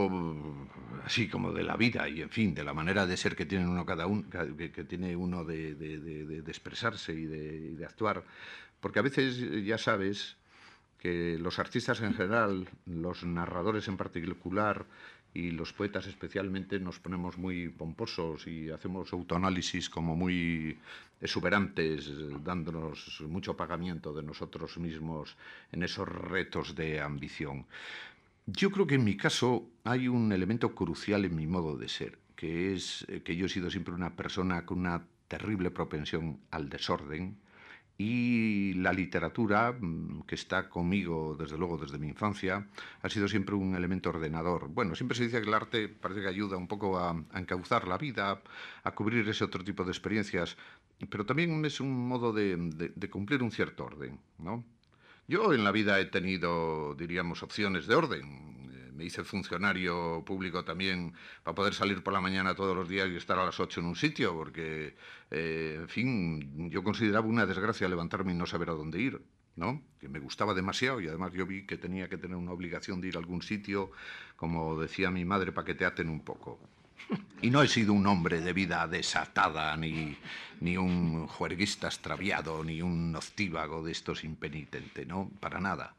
así como de la vida y, en fin, de la manera de ser que tiene uno cada uno, que, que tiene uno de, de, de, de expresarse y de, de actuar, porque a veces ya sabes que los artistas en general, los narradores en particular y los poetas especialmente nos ponemos muy pomposos y hacemos autoanálisis como muy exuberantes, dándonos mucho pagamiento de nosotros mismos en esos retos de ambición. Yo creo que en mi caso hay un elemento crucial en mi modo de ser, que es que yo he sido siempre una persona con una terrible propensión al desorden, y la literatura, que está conmigo desde luego desde mi infancia, ha sido siempre un elemento ordenador. Bueno, siempre se dice que el arte parece que ayuda un poco a, a encauzar la vida, a cubrir ese otro tipo de experiencias, pero también es un modo de, de, de cumplir un cierto orden, ¿no? Yo en la vida he tenido, diríamos, opciones de orden. Me hice funcionario público también para poder salir por la mañana todos los días y estar a las ocho en un sitio, porque, eh, en fin, yo consideraba una desgracia levantarme y no saber a dónde ir, ¿no? Que me gustaba demasiado, y además yo vi que tenía que tener una obligación de ir a algún sitio, como decía mi madre, para que te aten un poco. Y no he sido un hombre de vida desatada, ni, ni un juerguista extraviado, ni un noctívago de estos impenitente, ¿no? Para nada.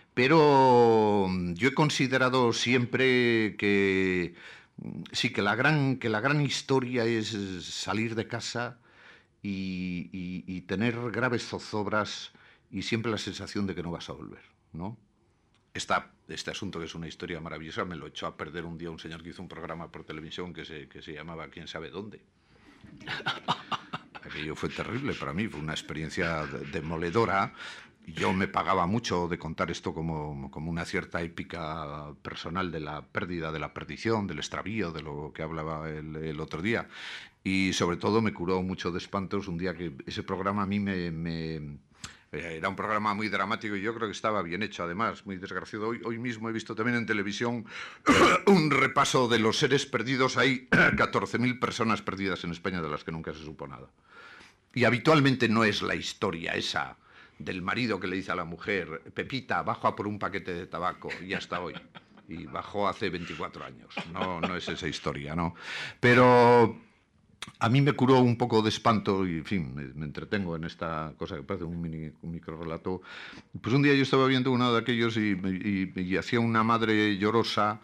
Pero yo he considerado siempre que sí, que la gran, que la gran historia es salir de casa y, y, y tener graves zozobras y siempre la sensación de que no vas a volver, ¿no? Esta, este asunto, que es una historia maravillosa, me lo echó a perder un día un señor que hizo un programa por televisión que se, que se llamaba ¿Quién sabe dónde? Aquello fue terrible para mí, fue una experiencia demoledora. Yo me pagaba mucho de contar esto como, como una cierta épica personal de la pérdida, de la perdición, del extravío, de lo que hablaba el, el otro día. Y sobre todo me curó mucho de espantos un día que ese programa a mí me... me Era un programa muy dramático y yo creo que estaba bien hecho, además, muy desgraciado. Hoy, hoy mismo he visto también en televisión un repaso de los seres perdidos. Hay catorce mil personas perdidas en España de las que nunca se supo nada. Y habitualmente no es la historia esa del marido que le dice a la mujer, Pepita, bajo a por un paquete de tabaco, y hasta hoy. Y bajó hace veinticuatro años. No, no es esa historia, ¿no? Pero... a mí me curó un poco de espanto y, en fin, me, me entretengo en esta cosa que parece un, mini, un microrelato. Pues un día yo estaba viendo uno de aquellos y, y, y hacía una madre llorosa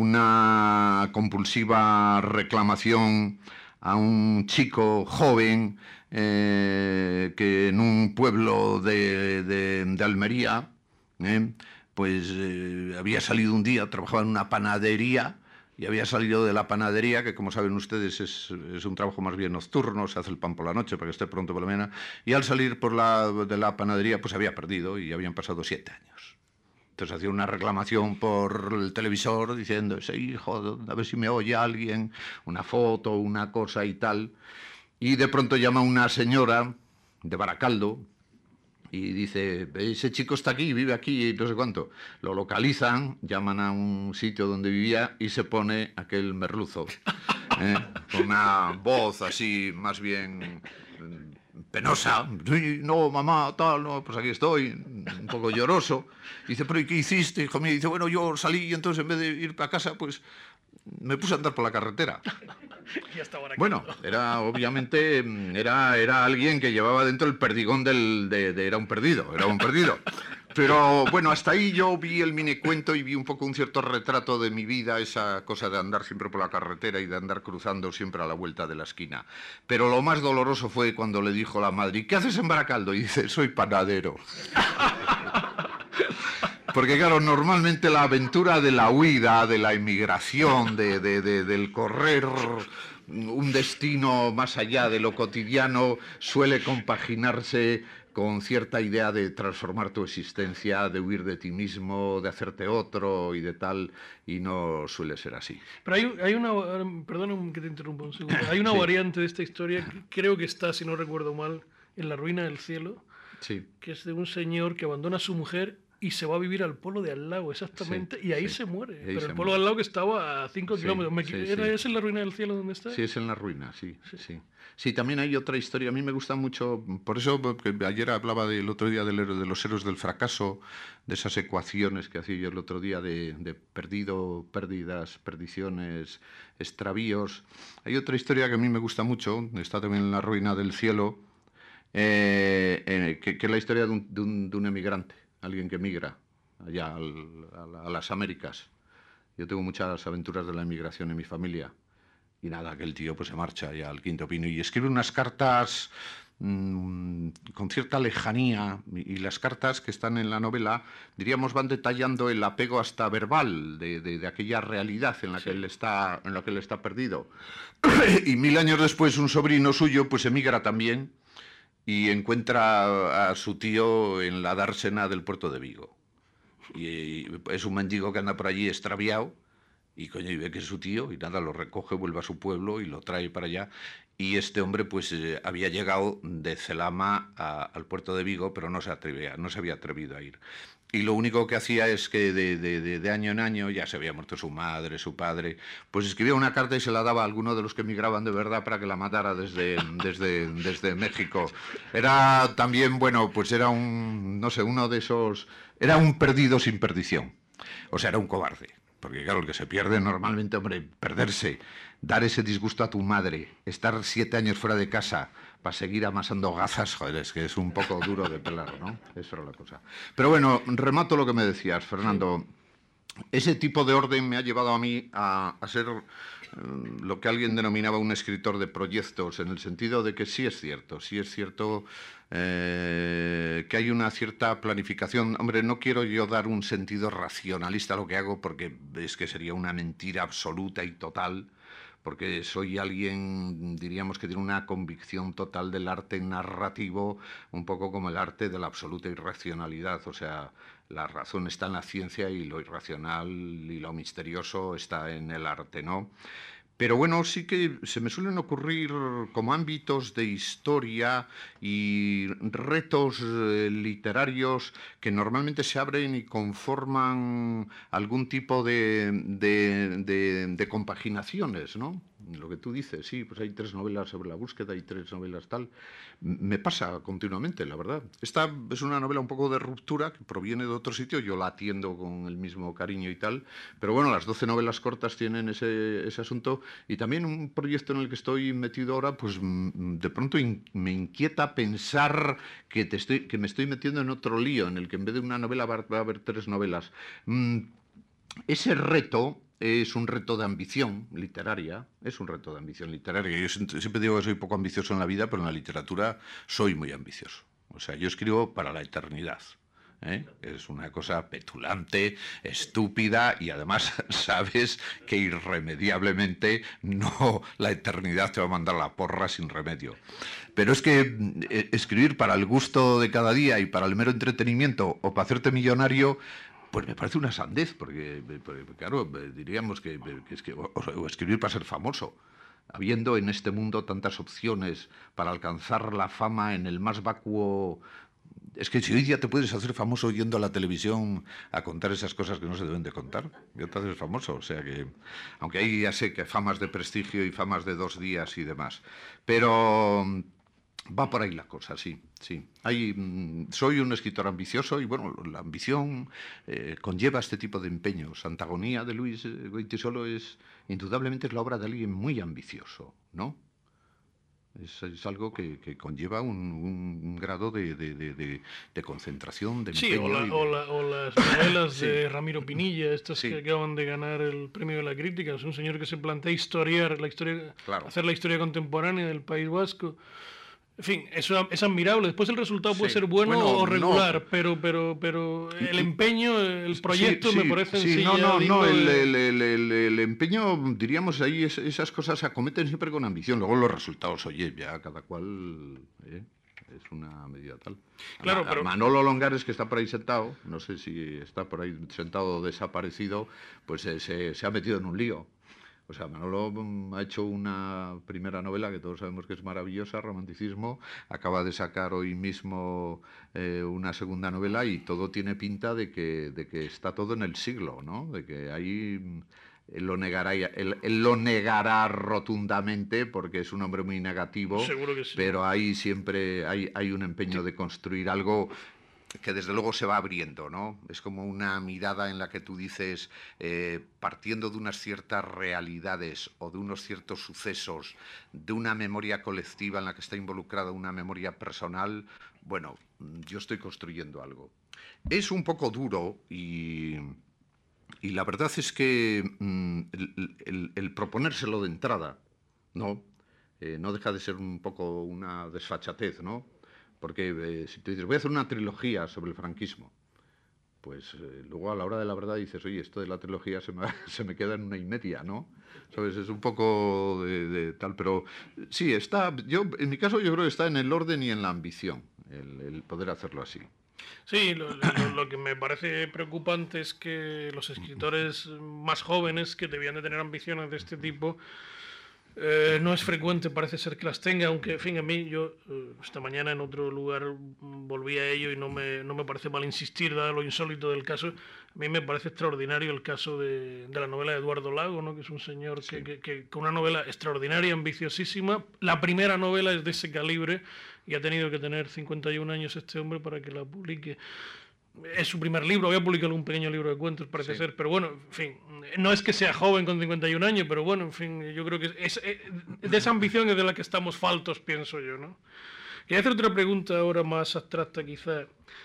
una compulsiva reclamación a un chico joven eh, que en un pueblo de, de, de Almería, eh, pues eh, había salido un día, trabajaba en una panadería, y había salido de la panadería, que como saben ustedes es, es un trabajo más bien nocturno, se hace el pan por la noche para que esté pronto por la mañana, y al salir por la, de la panadería pues había perdido y habían pasado siete años. Entonces hacía una reclamación por el televisor diciendo, ese hijo, a ver si me oye alguien, una foto, una cosa y tal. Y de pronto llama una señora de Baracaldo, y dice, ese chico está aquí, vive aquí, y no sé cuánto. Lo localizan, llaman a un sitio donde vivía y se pone aquel merluzo, ¿eh? Con una voz así, más bien penosa. No, mamá, tal, no, pues aquí estoy, un poco lloroso. Dice, pero ¿y qué hiciste, hijo mío? Dice, bueno, yo salí y entonces en vez de ir para casa, pues me puse a andar por la carretera. Bueno, era obviamente era, era alguien que llevaba dentro el perdigón del, de, de era un perdido, era un perdido. Pero bueno, hasta ahí yo vi el minicuento y vi un poco un cierto retrato de mi vida, esa cosa de andar siempre por la carretera y de andar cruzando siempre a la vuelta de la esquina. Pero lo más doloroso fue cuando le dijo la madre, ¿qué haces en Baracaldo? Y dice, soy panadero. Porque claro, normalmente la aventura de la huida, de la emigración, de, de, de, del correr un destino más allá de lo cotidiano, suele compaginarse con cierta idea de transformar tu existencia, de huir de ti mismo, de hacerte otro y de tal, y no suele ser así. Pero hay, hay una, perdón que te interrumpa un segundo, hay una sí. variante de esta historia, que creo que está, si no recuerdo mal, en La ruina del cielo, sí. que es de un señor que abandona a su mujer y se va a vivir al pueblo de al lado, exactamente, sí, y ahí sí. se muere. Ahí pero se el pueblo muere. de al lado que estaba a cinco sí, kilómetros. ¿Me sí, ¿Era sí. ese en La ruina del cielo donde está? Sí, es en La ruina, sí, sí, sí. Sí, también hay otra historia. A mí me gusta mucho, por eso porque ayer hablaba del otro día de, de los héroes del fracaso, de esas ecuaciones que hacía yo el otro día de, de perdido, pérdidas, perdiciones, extravíos. Hay otra historia que a mí me gusta mucho, está también en La ruina del cielo, eh, eh, que, que es la historia de un, de un, de un emigrante, alguien que migra allá al, a, a las Américas. Yo tengo muchas aventuras de la emigración en mi familia. Y nada, que el tío pues se marcha ya al Quinto Pino y escribe unas cartas mmm, con cierta lejanía, y, y las cartas que están en la novela, diríamos, van detallando el apego hasta verbal de, de, de aquella realidad en la, sí. que él está, en la que él está perdido. Y mil años después un sobrino suyo pues emigra también y encuentra a su tío en la dársena del puerto de Vigo. Y es un mendigo que anda por allí extraviado. Y coño, y ve que es su tío, y nada, lo recoge, vuelve a su pueblo y lo trae para allá. Y este hombre, pues, eh, había llegado de Celama a, al puerto de Vigo, pero no se atrevía, no se había atrevido a ir. Y lo único que hacía es que de, de, de, de año en año, ya se había muerto su madre, su padre, pues escribía una carta y se la daba a alguno de los que emigraban de verdad para que la matara desde, desde, desde México. Era también, bueno, pues era un, no sé, uno de esos, era un perdido sin perdición. O sea, era un cobarde. Porque claro, el que se pierde normalmente, hombre, perderse, dar ese disgusto a tu madre, estar siete años fuera de casa para seguir amasando gazas, joder, es que es un poco duro de pelar, ¿no? Eso era la cosa. Pero bueno, remato lo que me decías, Fernando. Ese tipo de orden me ha llevado a mí a, a ser eh, lo que alguien denominaba un escritor de proyectos, en el sentido de que sí es cierto, sí es cierto eh, que hay una cierta planificación. Hombre, no quiero yo dar un sentido racionalista a lo que hago porque es que sería una mentira absoluta y total, porque soy alguien, diríamos, que tiene una convicción total del arte narrativo, un poco como el arte de la absoluta irracionalidad, o sea, la razón está en la ciencia y lo irracional y lo misterioso está en el arte, ¿no? Pero bueno, sí que se me suelen ocurrir como ámbitos de historia y retos eh, literarios que normalmente se abren y conforman algún tipo de, de, de, de compaginaciones, ¿no? Lo que tú dices, sí, pues hay tres novelas sobre la búsqueda, hay tres novelas tal. Me pasa continuamente, la verdad. Esta es una novela un poco de ruptura que proviene de otro sitio, yo la atiendo con el mismo cariño y tal, pero bueno, las doce novelas cortas tienen ese, ese asunto y también un proyecto en el que estoy metido ahora, pues de pronto in, me inquieta pensar que, te estoy, que me estoy metiendo en otro lío, en el que en vez de una novela va, va a haber tres novelas. Mm, ese reto es un reto de ambición literaria, es un reto de ambición literaria. Yo siempre digo que soy poco ambicioso en la vida, pero en la literatura soy muy ambicioso. O sea, yo escribo para la eternidad. ¿Eh? Es una cosa petulante, estúpida y además sabes que irremediablemente no, la eternidad te va a mandar la porra sin remedio. Pero es que eh, escribir para el gusto de cada día y para el mero entretenimiento o para hacerte millonario, pues me parece una sandez, porque, porque claro, diríamos que, que, es que o, o escribir para ser famoso. Habiendo en este mundo tantas opciones para alcanzar la fama en el más vacuo. Es que si hoy día te puedes hacer famoso yendo a la televisión a contar esas cosas que no se deben de contar, ya te haces famoso. O sea que, aunque ahí ya sé que famas de prestigio y famas de dos días y demás, pero va por ahí la cosa, sí, sí. Hay, soy un escritor ambicioso y bueno, la ambición eh, conlleva este tipo de empeños. Antagonía de Luis Goytisolo es indudablemente es la obra de alguien muy ambicioso, ¿no? Es, es algo que, que conlleva un, un grado de, de, de, de, de concentración, de empeño. Sí, o, la, de... o, la, o las novelas sí. de Ramiro Pinilla, estas sí. que acaban de ganar el premio de la crítica. Es un señor que se plantea historiar la historia, claro. hacer la historia contemporánea del País Vasco. En fin, eso es admirable. Después el resultado sí. puede ser bueno, bueno o regular, no. pero, pero, pero el empeño, el proyecto sí, sí, me parece sí, en sí. No, no, digo, no, el, el, el, el, el empeño, diríamos, ahí es, esas cosas se acometen siempre con ambición. Luego los resultados, oye, ya cada cual eh, es una medida tal. Claro, Ma, pero... Manolo Longares, que está por ahí sentado, no sé si está por ahí sentado o desaparecido, pues eh, se, se ha metido en un lío. O sea, Manolo ha hecho una primera novela que todos sabemos que es maravillosa, Romanticismo, acaba de sacar hoy mismo eh, una segunda novela y todo tiene pinta de que, de que está todo en el siglo, ¿no? De que ahí él lo negará, él, él lo negará rotundamente porque es un hombre muy negativo, seguro que sí. Pero ahí siempre hay, hay un empeño de construir algo que desde luego se va abriendo, ¿no? Es como una mirada en la que tú dices, eh, partiendo de unas ciertas realidades o de unos ciertos sucesos, de una memoria colectiva en la que está involucrada una memoria personal, bueno, yo estoy construyendo algo. Es un poco duro y, y la verdad es que mm, el, el, el proponérselo de entrada, ¿no? Eh, no deja de ser un poco una desfachatez, ¿no? Porque eh, si tú dices, voy a hacer una trilogía sobre el franquismo, pues eh, luego a la hora de la verdad dices, oye, esto de la trilogía se me, se me queda en una y media, ¿no? ¿Sabes? Es un poco de, de tal, pero sí, está, yo, en mi caso yo creo que está en el orden y en la ambición, el, el poder hacerlo así. Sí, lo, lo, lo que me parece preocupante es que los escritores más jóvenes que debían de tener ambiciones de este tipo, Eh, no es frecuente, parece ser que las tenga, aunque, en fin, a mí, yo eh, esta mañana en otro lugar volví a ello y no me, no me parece mal insistir, dado lo insólito del caso. A mí me parece extraordinario el caso de, de la novela de Eduardo Lago, ¿no? Que es un señor sí. que, que, que con una novela extraordinaria, ambiciosísima. La primera novela es de ese calibre y ha tenido que tener cincuenta y un años este hombre para que la publique. Es su primer libro, había publicado un pequeño libro de cuentos, parece sí. ser, pero bueno, en fin, no es que sea joven con cincuenta y un años, pero bueno, en fin, yo creo que es, es de esa ambición es de la que estamos faltos, pienso yo, ¿no? Quería hacer otra pregunta ahora más abstracta quizá.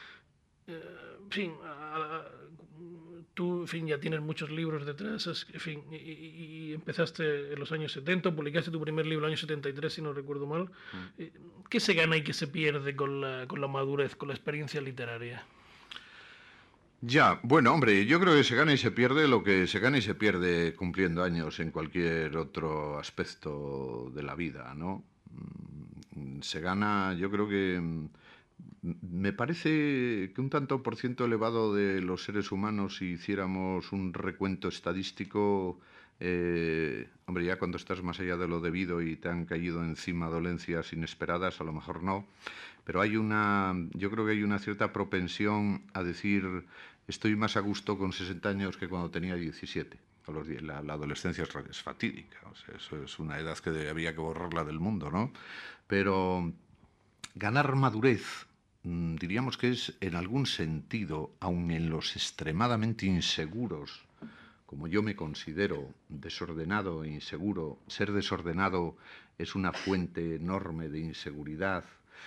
Eh, en fin, a, a, tú, en fin, ya tienes muchos libros detrás, en fin, y, y, y empezaste en los años setenta, publicaste tu primer libro en el año setenta y tres, si no recuerdo mal. Mm. ¿Qué se gana y qué se pierde con la, con la madurez, con la experiencia literaria? Ya, bueno, hombre, yo creo que se gana y se pierde lo que se gana y se pierde cumpliendo años en cualquier otro aspecto de la vida, ¿no? Mm, Se gana, yo creo que mm, me parece que un tanto por ciento elevado de los seres humanos, si hiciéramos un recuento estadístico, eh, hombre, ya cuando estás más allá de lo debido y te han caído encima dolencias inesperadas, a lo mejor no, pero hay una, yo creo que hay una cierta propensión a decir estoy más a gusto con sesenta años que cuando tenía diecisiete. A los die- la, la adolescencia es, ra- es fatídica, o sea, eso es una edad que de- había que borrarla del mundo, ¿no? Pero ganar madurez, mm, diríamos que es en algún sentido, aun en los extremadamente inseguros, como yo me considero desordenado e inseguro, ser desordenado es una fuente enorme de inseguridad.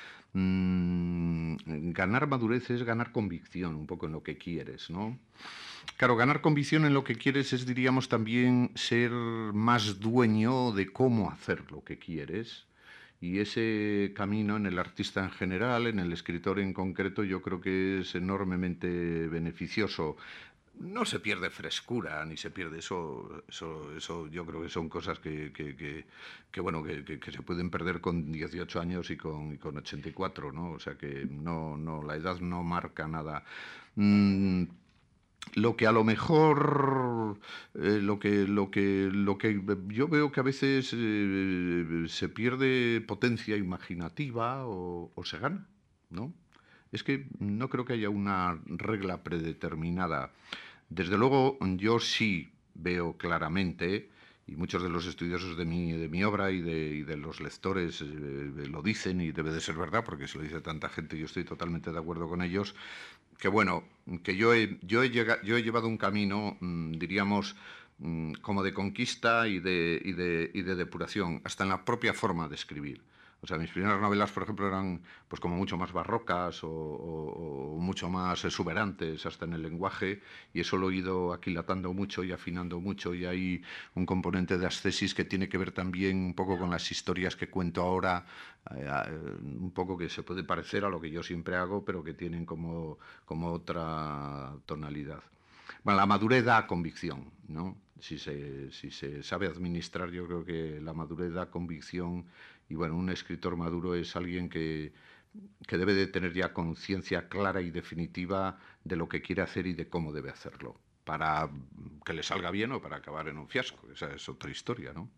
Mm, ganar madurez es ganar convicción un poco en lo que quieres, ¿no? Claro, ganar convicción en lo que quieres es, diríamos, también ser más dueño de cómo hacer lo que quieres. Y ese camino en el artista en general, en el escritor en concreto, yo creo que es enormemente beneficioso. No se pierde frescura, ni se pierde eso, eso, eso yo creo que son cosas que, que, que, que bueno, que, que, que se pueden perder con dieciocho años y con, y con ochenta y cuatro, ¿no? O sea que no, no, la edad no marca nada. Mm, lo que a lo mejor eh, lo que lo que lo que yo veo que a veces eh, se pierde potencia imaginativa o, o se gana, ¿no? Es que no creo que haya una regla predeterminada. Desde luego, yo sí veo claramente, y muchos de los estudiosos de mi, de mi obra y de, y de los lectores eh, lo dicen, y debe de ser verdad, porque se lo dice tanta gente y yo estoy totalmente de acuerdo con ellos, que bueno, que yo he, yo he, llega, yo he llevado un camino, mmm, diríamos, mmm, como de conquista y de, y, de, y de depuración, hasta en la propia forma de escribir. O sea, mis primeras novelas, por ejemplo, eran pues como mucho más barrocas o, o, o mucho más exuberantes hasta en el lenguaje, y eso lo he ido aquilatando mucho y afinando mucho, y hay un componente de ascesis que tiene que ver también un poco con las historias que cuento ahora, eh, un poco que se puede parecer a lo que yo siempre hago, pero que tienen como, como otra tonalidad. Bueno, la madurez da convicción, ¿no? Si se, si se sabe administrar, yo creo que la madurez da convicción. Y bueno, un escritor maduro es alguien que, que debe de tener ya conciencia clara y definitiva de lo que quiere hacer y de cómo debe hacerlo, para que le salga bien o para acabar en un fiasco. Esa es otra historia, ¿no?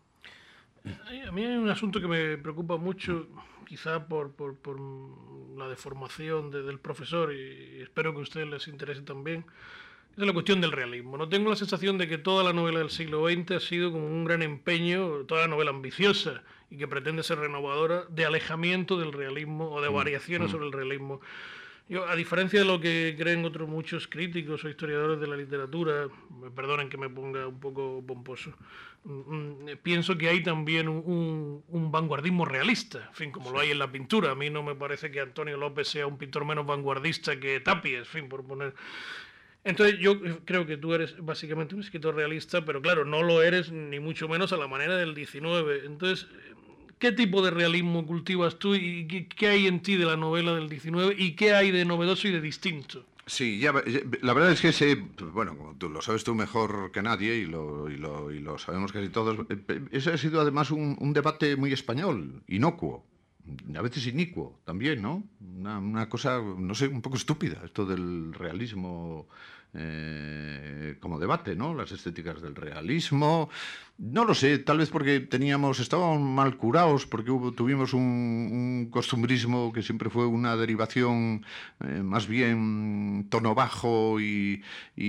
A mí hay un asunto que me preocupa mucho, quizá por, por, por la deformación de, del profesor, y espero que a ustedes les interese también, es la cuestión del realismo. No tengo la sensación de que toda la novela del siglo veinte ha sido como un gran empeño, toda la novela ambiciosa y que pretende ser renovadora, de alejamiento del realismo o de Mm, variaciones mm. sobre el realismo. Yo, a diferencia de lo que creen otros muchos críticos o historiadores de la literatura, me perdonen que me ponga un poco pomposo, mm, pienso que hay también un, un, un vanguardismo realista, en fin, como Sí. lo hay en la pintura. A mí no me parece que Antonio López sea un pintor menos vanguardista que Tapies, en fin, por poner. Entonces yo creo que tú eres básicamente un escritor realista, pero claro, no lo eres ni mucho menos a la manera del diecinueve. Entonces, ¿qué tipo de realismo cultivas tú y qué, qué hay en ti de la novela del diecinueve y qué hay de novedoso y de distinto? Sí, ya, la verdad es que ese, bueno, como tú lo sabes tú mejor que nadie y lo, y lo, y lo sabemos casi todos, ese ha sido además un, un debate muy español, inocuo, a veces inicuo también, ¿no? Una, una cosa, no sé, un poco estúpida, esto del realismo eh, como debate, ¿no? Las estéticas del realismo. No lo sé, tal vez porque teníamos, estábamos mal curados, porque hubo, tuvimos un, un costumbrismo que siempre fue una derivación eh, más bien tono bajo y,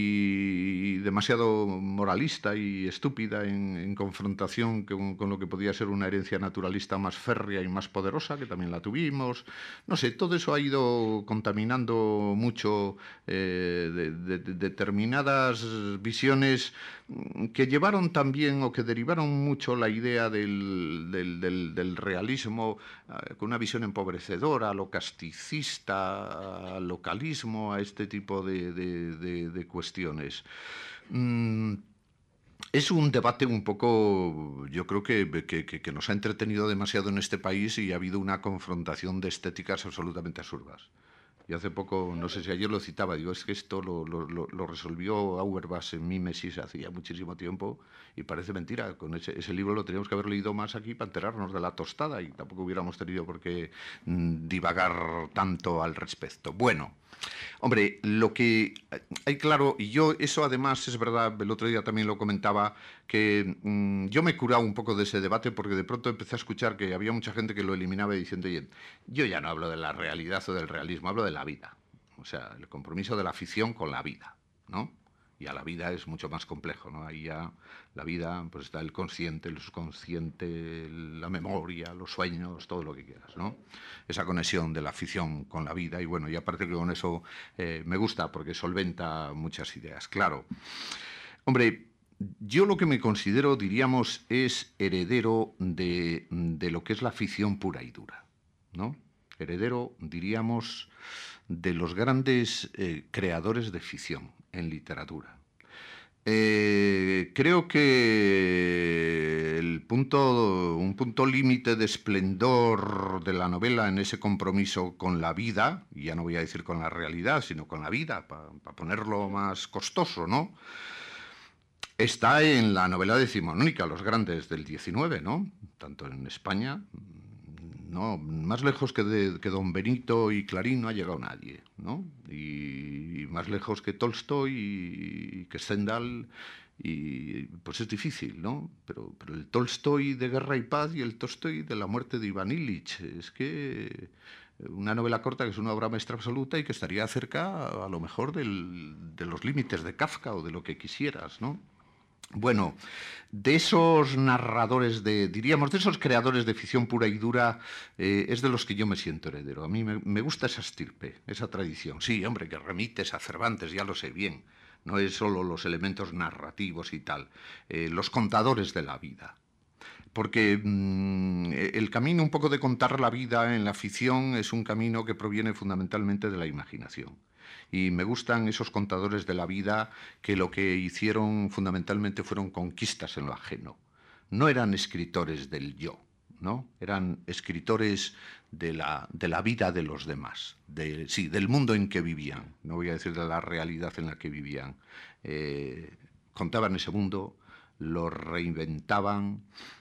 y demasiado moralista y estúpida en, en confrontación con, con lo que podía ser una herencia naturalista más férrea y más poderosa, que también la tuvimos. No sé, todo eso ha ido contaminando mucho eh, de, de, de determinadas visiones que llevaron también o que derivaron mucho la idea del, del, del, del realismo eh, con una visión empobrecedora, a lo casticista, al localismo, a este tipo de, de, de, de cuestiones. Mm, es un debate un poco, yo creo que, que, que nos ha entretenido demasiado en este país y ha habido una confrontación de estéticas absolutamente absurdas. Y hace poco, no sé si ayer lo citaba, digo, es que esto lo, lo, lo, lo resolvió Auerbach en Mimesis hacía muchísimo tiempo y parece mentira. Con ese, ese libro lo teníamos que haber leído más aquí para enterarnos de la tostada y tampoco hubiéramos tenido por qué mmm, divagar tanto al respecto. Bueno, hombre, lo que hay claro, y yo eso además es verdad, el otro día también lo comentaba, que mmm, yo me he curado un poco de ese debate porque de pronto empecé a escuchar que había mucha gente que lo eliminaba diciendo, oye, yo ya no hablo de la realidad o del realismo, hablo de la vida. O sea, el compromiso de la ficción con la vida, ¿no? Y a la vida es mucho más complejo, ¿no? Ahí ya la vida, pues está el consciente, el subconsciente, la memoria, los sueños, todo lo que quieras, ¿no? Esa conexión de la ficción con la vida y bueno, y aparte que con eso eh, me gusta porque solventa muchas ideas, claro. Hombre, yo lo que me considero, diríamos, es heredero de, de lo que es la ficción pura y dura, ¿no? Heredero, diríamos, de los grandes eh, creadores de ficción en literatura. Eh, creo que el punto, un punto límite de esplendor de la novela en ese compromiso con la vida, y ya no voy a decir con la realidad, sino con la vida, para pa ponerlo más costoso, ¿no? Está en la novela decimonónica, Los Grandes del diecinueve, ¿no? Tanto en España, no, más lejos que, de, que Don Benito y Clarín no ha llegado nadie, ¿no? Y, y más lejos que Tolstoy y, y que Stendhal, y pues es difícil, ¿no? Pero, pero el Tolstoy de Guerra y Paz y el Tolstoy de la muerte de Iván Ilich, es que una novela corta que es una obra maestra absoluta y que estaría cerca a lo mejor del, de los límites de Kafka o de lo que quisieras, ¿no? Bueno, de esos narradores, de, diríamos, de esos creadores de ficción pura y dura, eh, es de los que yo me siento heredero. A mí me, me gusta esa estirpe, esa tradición. Sí, hombre, que remites a Cervantes, ya lo sé bien. No es solo los elementos narrativos y tal. Eh, los contadores de la vida. Porque mmm, el camino un poco de contar la vida en la ficción es un camino que proviene fundamentalmente de la imaginación. Y me gustan esos contadores de la vida que lo que hicieron fundamentalmente fueron conquistas en lo ajeno. No eran escritores del yo, ¿no? Eran escritores de la, de la vida de los demás, de, sí, del mundo en que vivían. No voy a decir de la realidad en la que vivían. Eh, contaban ese mundo, lo reinventaban,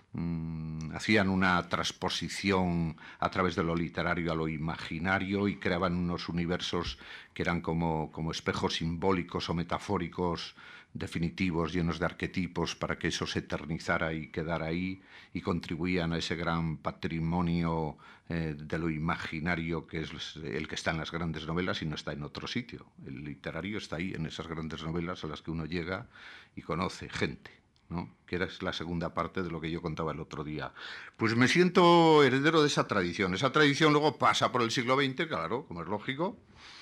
Mm, hacían una transposición a través de lo literario a lo imaginario y creaban unos universos que eran como, como espejos simbólicos o metafóricos definitivos, llenos de arquetipos, para que eso se eternizara y quedara ahí, y contribuían a ese gran patrimonio eh, de lo imaginario que es el que está en las grandes novelas y no está en otro sitio. El literario está ahí, en esas grandes novelas a las que uno llega y conoce gente, ¿no? Que era la segunda parte de lo que yo contaba el otro día. Pues me siento heredero de esa tradición. Esa tradición luego pasa por el siglo veinte, claro, como es lógico.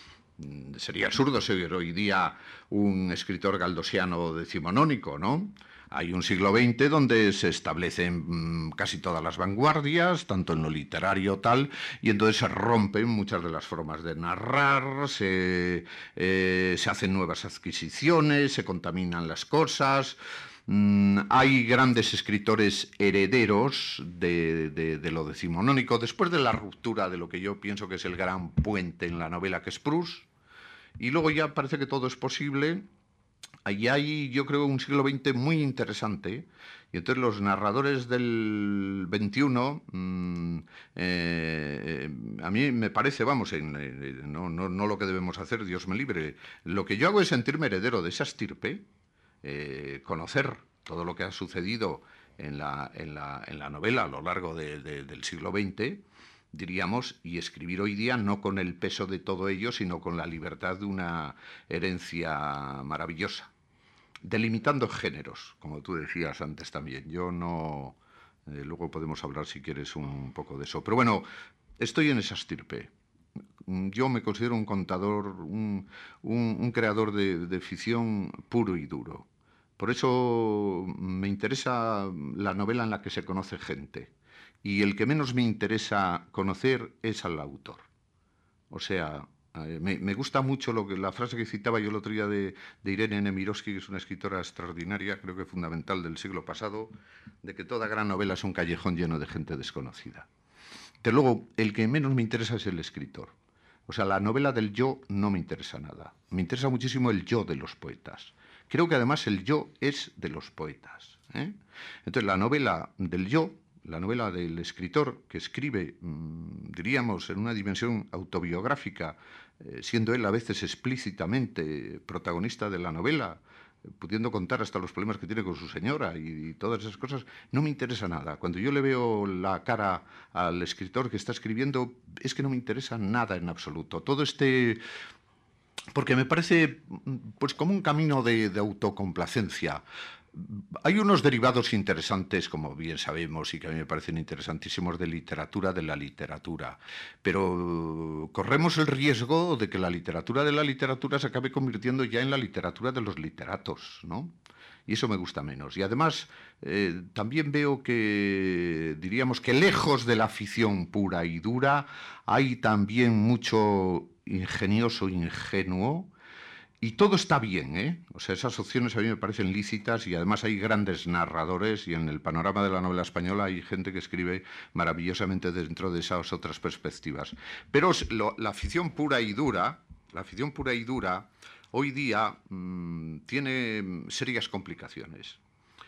Sería absurdo ser hoy día un escritor galdosiano decimonónico, ¿no? Hay un siglo veinte donde se establecen mmm, casi todas las vanguardias, tanto en lo literario tal, y entonces se rompen muchas de las formas de narrar, se, eh, se hacen nuevas adquisiciones, se contaminan las cosas. Mm, hay grandes escritores herederos de, de, de lo decimonónico, después de la ruptura de lo que yo pienso que es el gran puente en la novela, que es Proust, y luego ya parece que todo es posible. Ahí hay, yo creo, un siglo veinte muy interesante. Y entonces los narradores del veintiuno, mmm, eh, a mí me parece, vamos, en, en, no, no, no lo que debemos hacer, Dios me libre. Lo que yo hago es sentirme heredero de esa estirpe, eh, conocer todo lo que ha sucedido en la, en la, en la novela a lo largo de, de, del siglo veinte, diríamos, y escribir hoy día no con el peso de todo ello, sino con la libertad de una herencia maravillosa, delimitando géneros, como tú decías antes también. Yo no... Eh, luego podemos hablar, si quieres, un poco de eso. Pero bueno, estoy en esa estirpe. Yo me considero un contador, un, un, un creador de, de ficción puro y duro. Por eso me interesa la novela en la que se conoce gente. Y el que menos me interesa conocer es al autor. O sea, eh, me, me gusta mucho lo que, la frase que citaba yo el otro día de, de Irene Nemirovsky, que es una escritora extraordinaria, creo que fundamental del siglo pasado, de que toda gran novela es un callejón lleno de gente desconocida. De luego, el que menos me interesa es el escritor. O sea, la novela del yo no me interesa nada. Me interesa muchísimo el yo de los poetas. Creo que además el yo es de los poetas, ¿eh? Entonces, la novela del yo, la novela del escritor que escribe, mmm, diríamos, en una dimensión autobiográfica, eh, siendo él a veces explícitamente protagonista de la novela, pudiendo contar hasta los problemas que tiene con su señora y, y todas esas cosas, no me interesa nada. Cuando yo le veo la cara al escritor que está escribiendo, es que no me interesa nada en absoluto. Todo este... Porque me parece pues como un camino de, de autocomplacencia. Hay unos derivados interesantes, como bien sabemos, y que a mí me parecen interesantísimos, de literatura de la literatura. Pero corremos el riesgo de que la literatura de la literatura se acabe convirtiendo ya en la literatura de los literatos, ¿no? Y eso me gusta menos. Y además, eh, también veo que, diríamos que lejos de la ficción pura y dura, hay también mucho ingenioso, ingenuo, y todo está bien, ¿eh? O sea, esas opciones a mí me parecen lícitas y además hay grandes narradores y en el panorama de la novela española hay gente que escribe maravillosamente dentro de esas otras perspectivas. Pero lo, la ficción pura y dura, la ficción pura y dura, hoy día mmm, tiene serias complicaciones.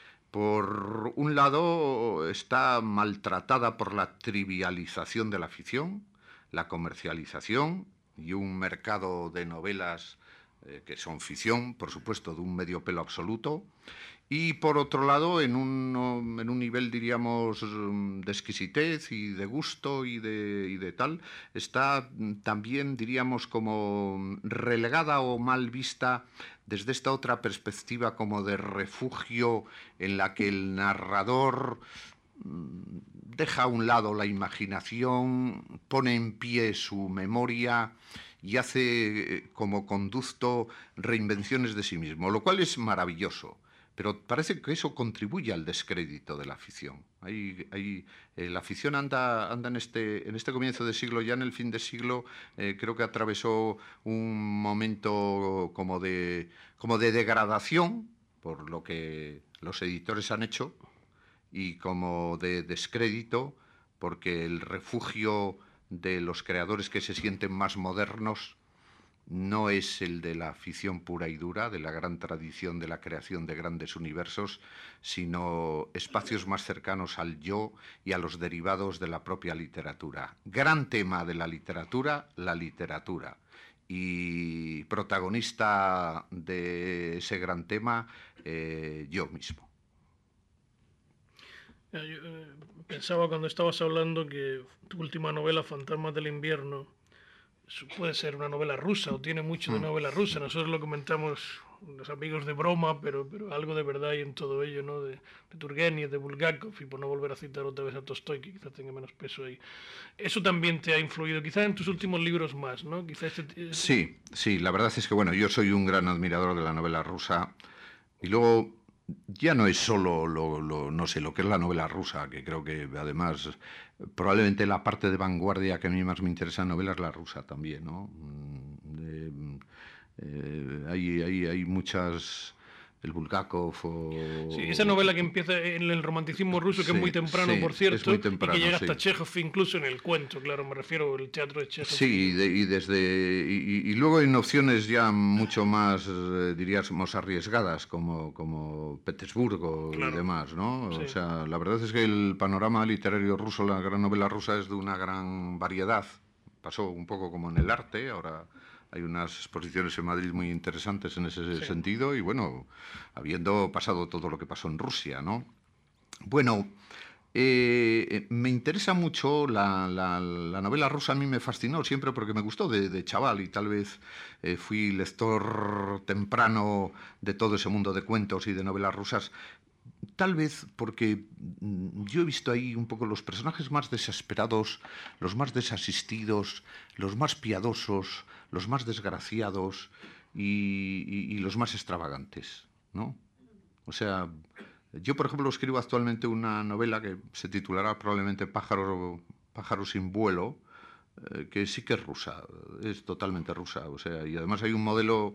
Por un lado, está maltratada por la trivialización de la ficción, la comercialización y un mercado de novelas eh, que son ficción, por supuesto, de un medio pelo absoluto. Y por otro lado, en un, en un nivel, diríamos, de exquisitez y de gusto y de, y de tal, está también, diríamos, como relegada o mal vista desde esta otra perspectiva como de refugio en la que el narrador deja a un lado la imaginación, pone en pie su memoria y hace como conducto reinvenciones de sí mismo, lo cual es maravilloso. Pero parece que eso contribuye al descrédito de la ficción. Hay, hay, eh, la ficción anda, anda en, este, en este comienzo de siglo, ya en el fin de siglo, eh, creo que atravesó un momento como de, como de degradación, por lo que los editores han hecho, y como de descrédito, porque el refugio de los creadores que se sienten más modernos no es el de la ficción pura y dura, de la gran tradición de la creación de grandes universos, sino espacios más cercanos al yo y a los derivados de la propia literatura. Gran tema de la literatura, la literatura. Y protagonista de ese gran tema, eh, yo mismo. Yo eh, pensaba cuando estabas hablando que tu última novela, Fantasmas del Invierno, puede ser una novela rusa o tiene mucho de novela rusa. Nosotros lo comentamos, los amigos de broma, pero, pero algo de verdad hay en todo ello, ¿no? De, de Turgenev, de Bulgakov, y por no volver a citar otra vez a Tolstói, que quizás tenga menos peso ahí. Eso también te ha influido, quizás en tus últimos libros más, ¿no? Quizás este... Sí, sí, la verdad es que, bueno, yo soy un gran admirador de la novela rusa y luego ya no es solo lo, lo, no sé, lo que es la novela rusa, que creo que además probablemente la parte de vanguardia que a mí más me interesa en novela es la rusa también, ¿no? Eh, eh, hay, hay, hay muchas... el Bulgakov o... Sí, esa novela que empieza en el romanticismo ruso, que sí, es muy temprano, sí, por cierto, es muy temprano, y que llega sí. hasta Chekhov incluso en el cuento, claro, me refiero al teatro de Chekhov. Sí, y, de, y desde y, y luego en opciones ya mucho más, eh, diríamos, arriesgadas, como, como Petersburgo claro. Y demás, ¿no? Sí. O sea, la verdad es que el panorama literario ruso, la gran novela rusa, es de una gran variedad. Pasó un poco como en el arte, ahora... hay unas exposiciones en Madrid muy interesantes en ese sí. sentido y, bueno, habiendo pasado todo lo que pasó en Rusia, ¿no? Bueno, eh, me interesa mucho la, la, la novela rusa, a mí me fascinó siempre porque me gustó de, de chaval y tal vez eh, fui lector temprano de todo ese mundo de cuentos y de novelas rusas. Tal vez porque yo he visto ahí un poco los personajes más desesperados, los más desasistidos, los más piadosos, los más desgraciados y, y, y los más extravagantes, ¿no? O sea, yo por ejemplo escribo actualmente una novela que se titulará probablemente Pájaro, Pájaro sin vuelo, eh, que sí que es rusa, es totalmente rusa, o sea, y además hay un modelo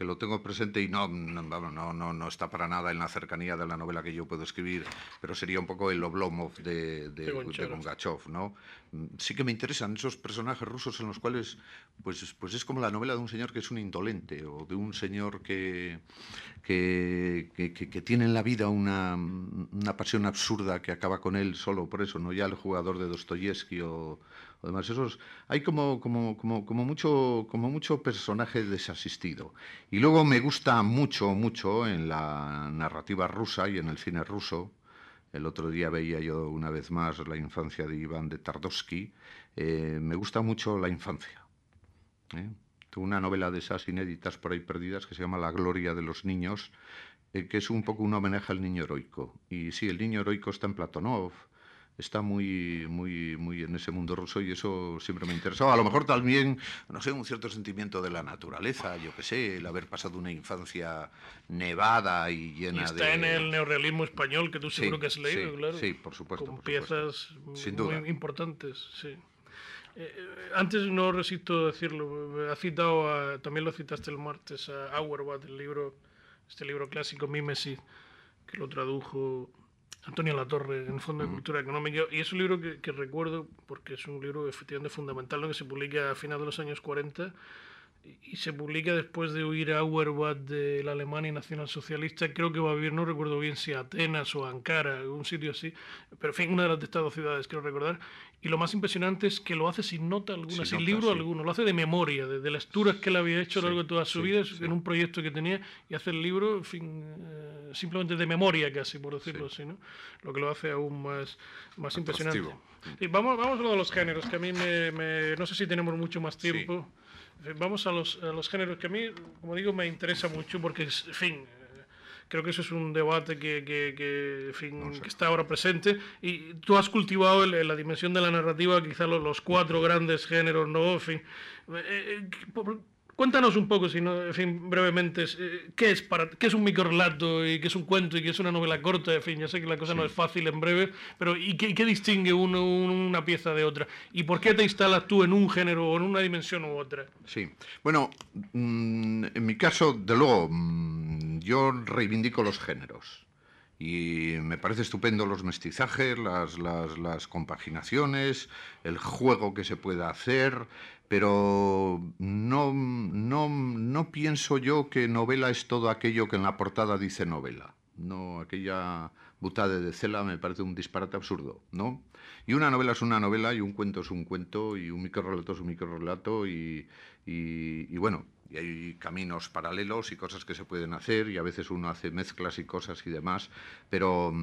que lo tengo presente y no, no, no, no, no está para nada en la cercanía de la novela que yo puedo escribir, pero sería un poco el Oblomov de, de, de Gongachov, ¿no? Sí que me interesan esos personajes rusos en los cuales pues, pues es como la novela de un señor que es un indolente o de un señor que, que, que, que, que tiene en la vida una, una pasión absurda que acaba con él solo por eso, no ya el jugador de Dostoyevsky o... Además, esos, hay como, como, como, como, mucho, como mucho personaje desasistido. Y luego me gusta mucho, mucho en la narrativa rusa y en el cine ruso. El otro día veía yo una vez más La infancia de Iván de Tardovsky. Eh, me gusta mucho la infancia. ¿eh? Tengo una novela de esas inéditas por ahí perdidas que se llama La gloria de los niños, eh, que es un poco un homenaje al niño heroico. Y sí, el niño heroico está en Platonov, está muy, muy, muy en ese mundo ruso y eso siempre me ha interesado. A lo mejor también, no sé, un cierto sentimiento de la naturaleza, yo qué sé, el haber pasado una infancia nevada y llena y está de... en el neorrealismo español, que tú seguro sí, que has leído, sí, claro. Sí, por supuesto. Con por piezas supuesto. Sin duda. muy importantes, sí. Eh, antes no resisto decirlo, ha citado a, también lo citaste el martes, a Auerbach, el libro, este libro clásico, Mimesis, que lo tradujo Antonio Latorre en el Fondo de Cultura Económica, y es un libro que, que recuerdo porque es un libro efectivamente fundamental, ¿no? Que se publica a finales de los años cuarenta y, y se publica después de huir a Auerbach de la Alemania nacionalsocialista. Creo que va a vivir, no recuerdo bien si a Atenas o a Ankara, un sitio así, pero en fin, una de las de estas dos ciudades, quiero recordar. Y lo más impresionante es que lo hace sin nota alguna, sin, sin nota, libro sí. alguno, lo hace de memoria, de, de lecturas que él había hecho a lo largo de toda su sí, vida, sí. en un proyecto que tenía, y hace el libro, en fin, eh, simplemente de memoria casi, por decirlo sí. así, ¿no? Lo que lo hace aún más, más impresionante. Y vamos, vamos a lo de los géneros, que a mí me, me... no sé si tenemos mucho más tiempo. Sí. Vamos a los, a los géneros que a mí, como digo, me interesa mucho, porque, en fin... Creo que eso es un debate que, que, que, en fin, no sé. que está ahora presente. Y tú has cultivado en la dimensión de la narrativa quizá los, los cuatro grandes géneros, ¿no? En fin, eh, eh, cuéntanos un poco, si no, en fin, brevemente, eh, ¿qué es para qué es un microrelato y qué es un cuento y qué es una novela corta? En fin, ya sé que la cosa sí. no es fácil en breve, pero ¿y qué, qué distingue uno, una pieza de otra? ¿Y por qué te instalas tú en un género o en una dimensión u otra? Sí, bueno, mmm, en mi caso, de luego... Mmm, yo reivindico los géneros y me parece estupendo los mestizajes, las, las, las compaginaciones, el juego que se pueda hacer, pero no, no, no pienso yo que novela es todo aquello que en la portada dice novela. No, aquella butade de Cela me parece un disparate absurdo, ¿no? Y una novela es una novela y un cuento es un cuento y un microrrelato es un microrrelato y, y, y bueno... y hay caminos paralelos y cosas que se pueden hacer y a veces uno hace mezclas y cosas y demás, pero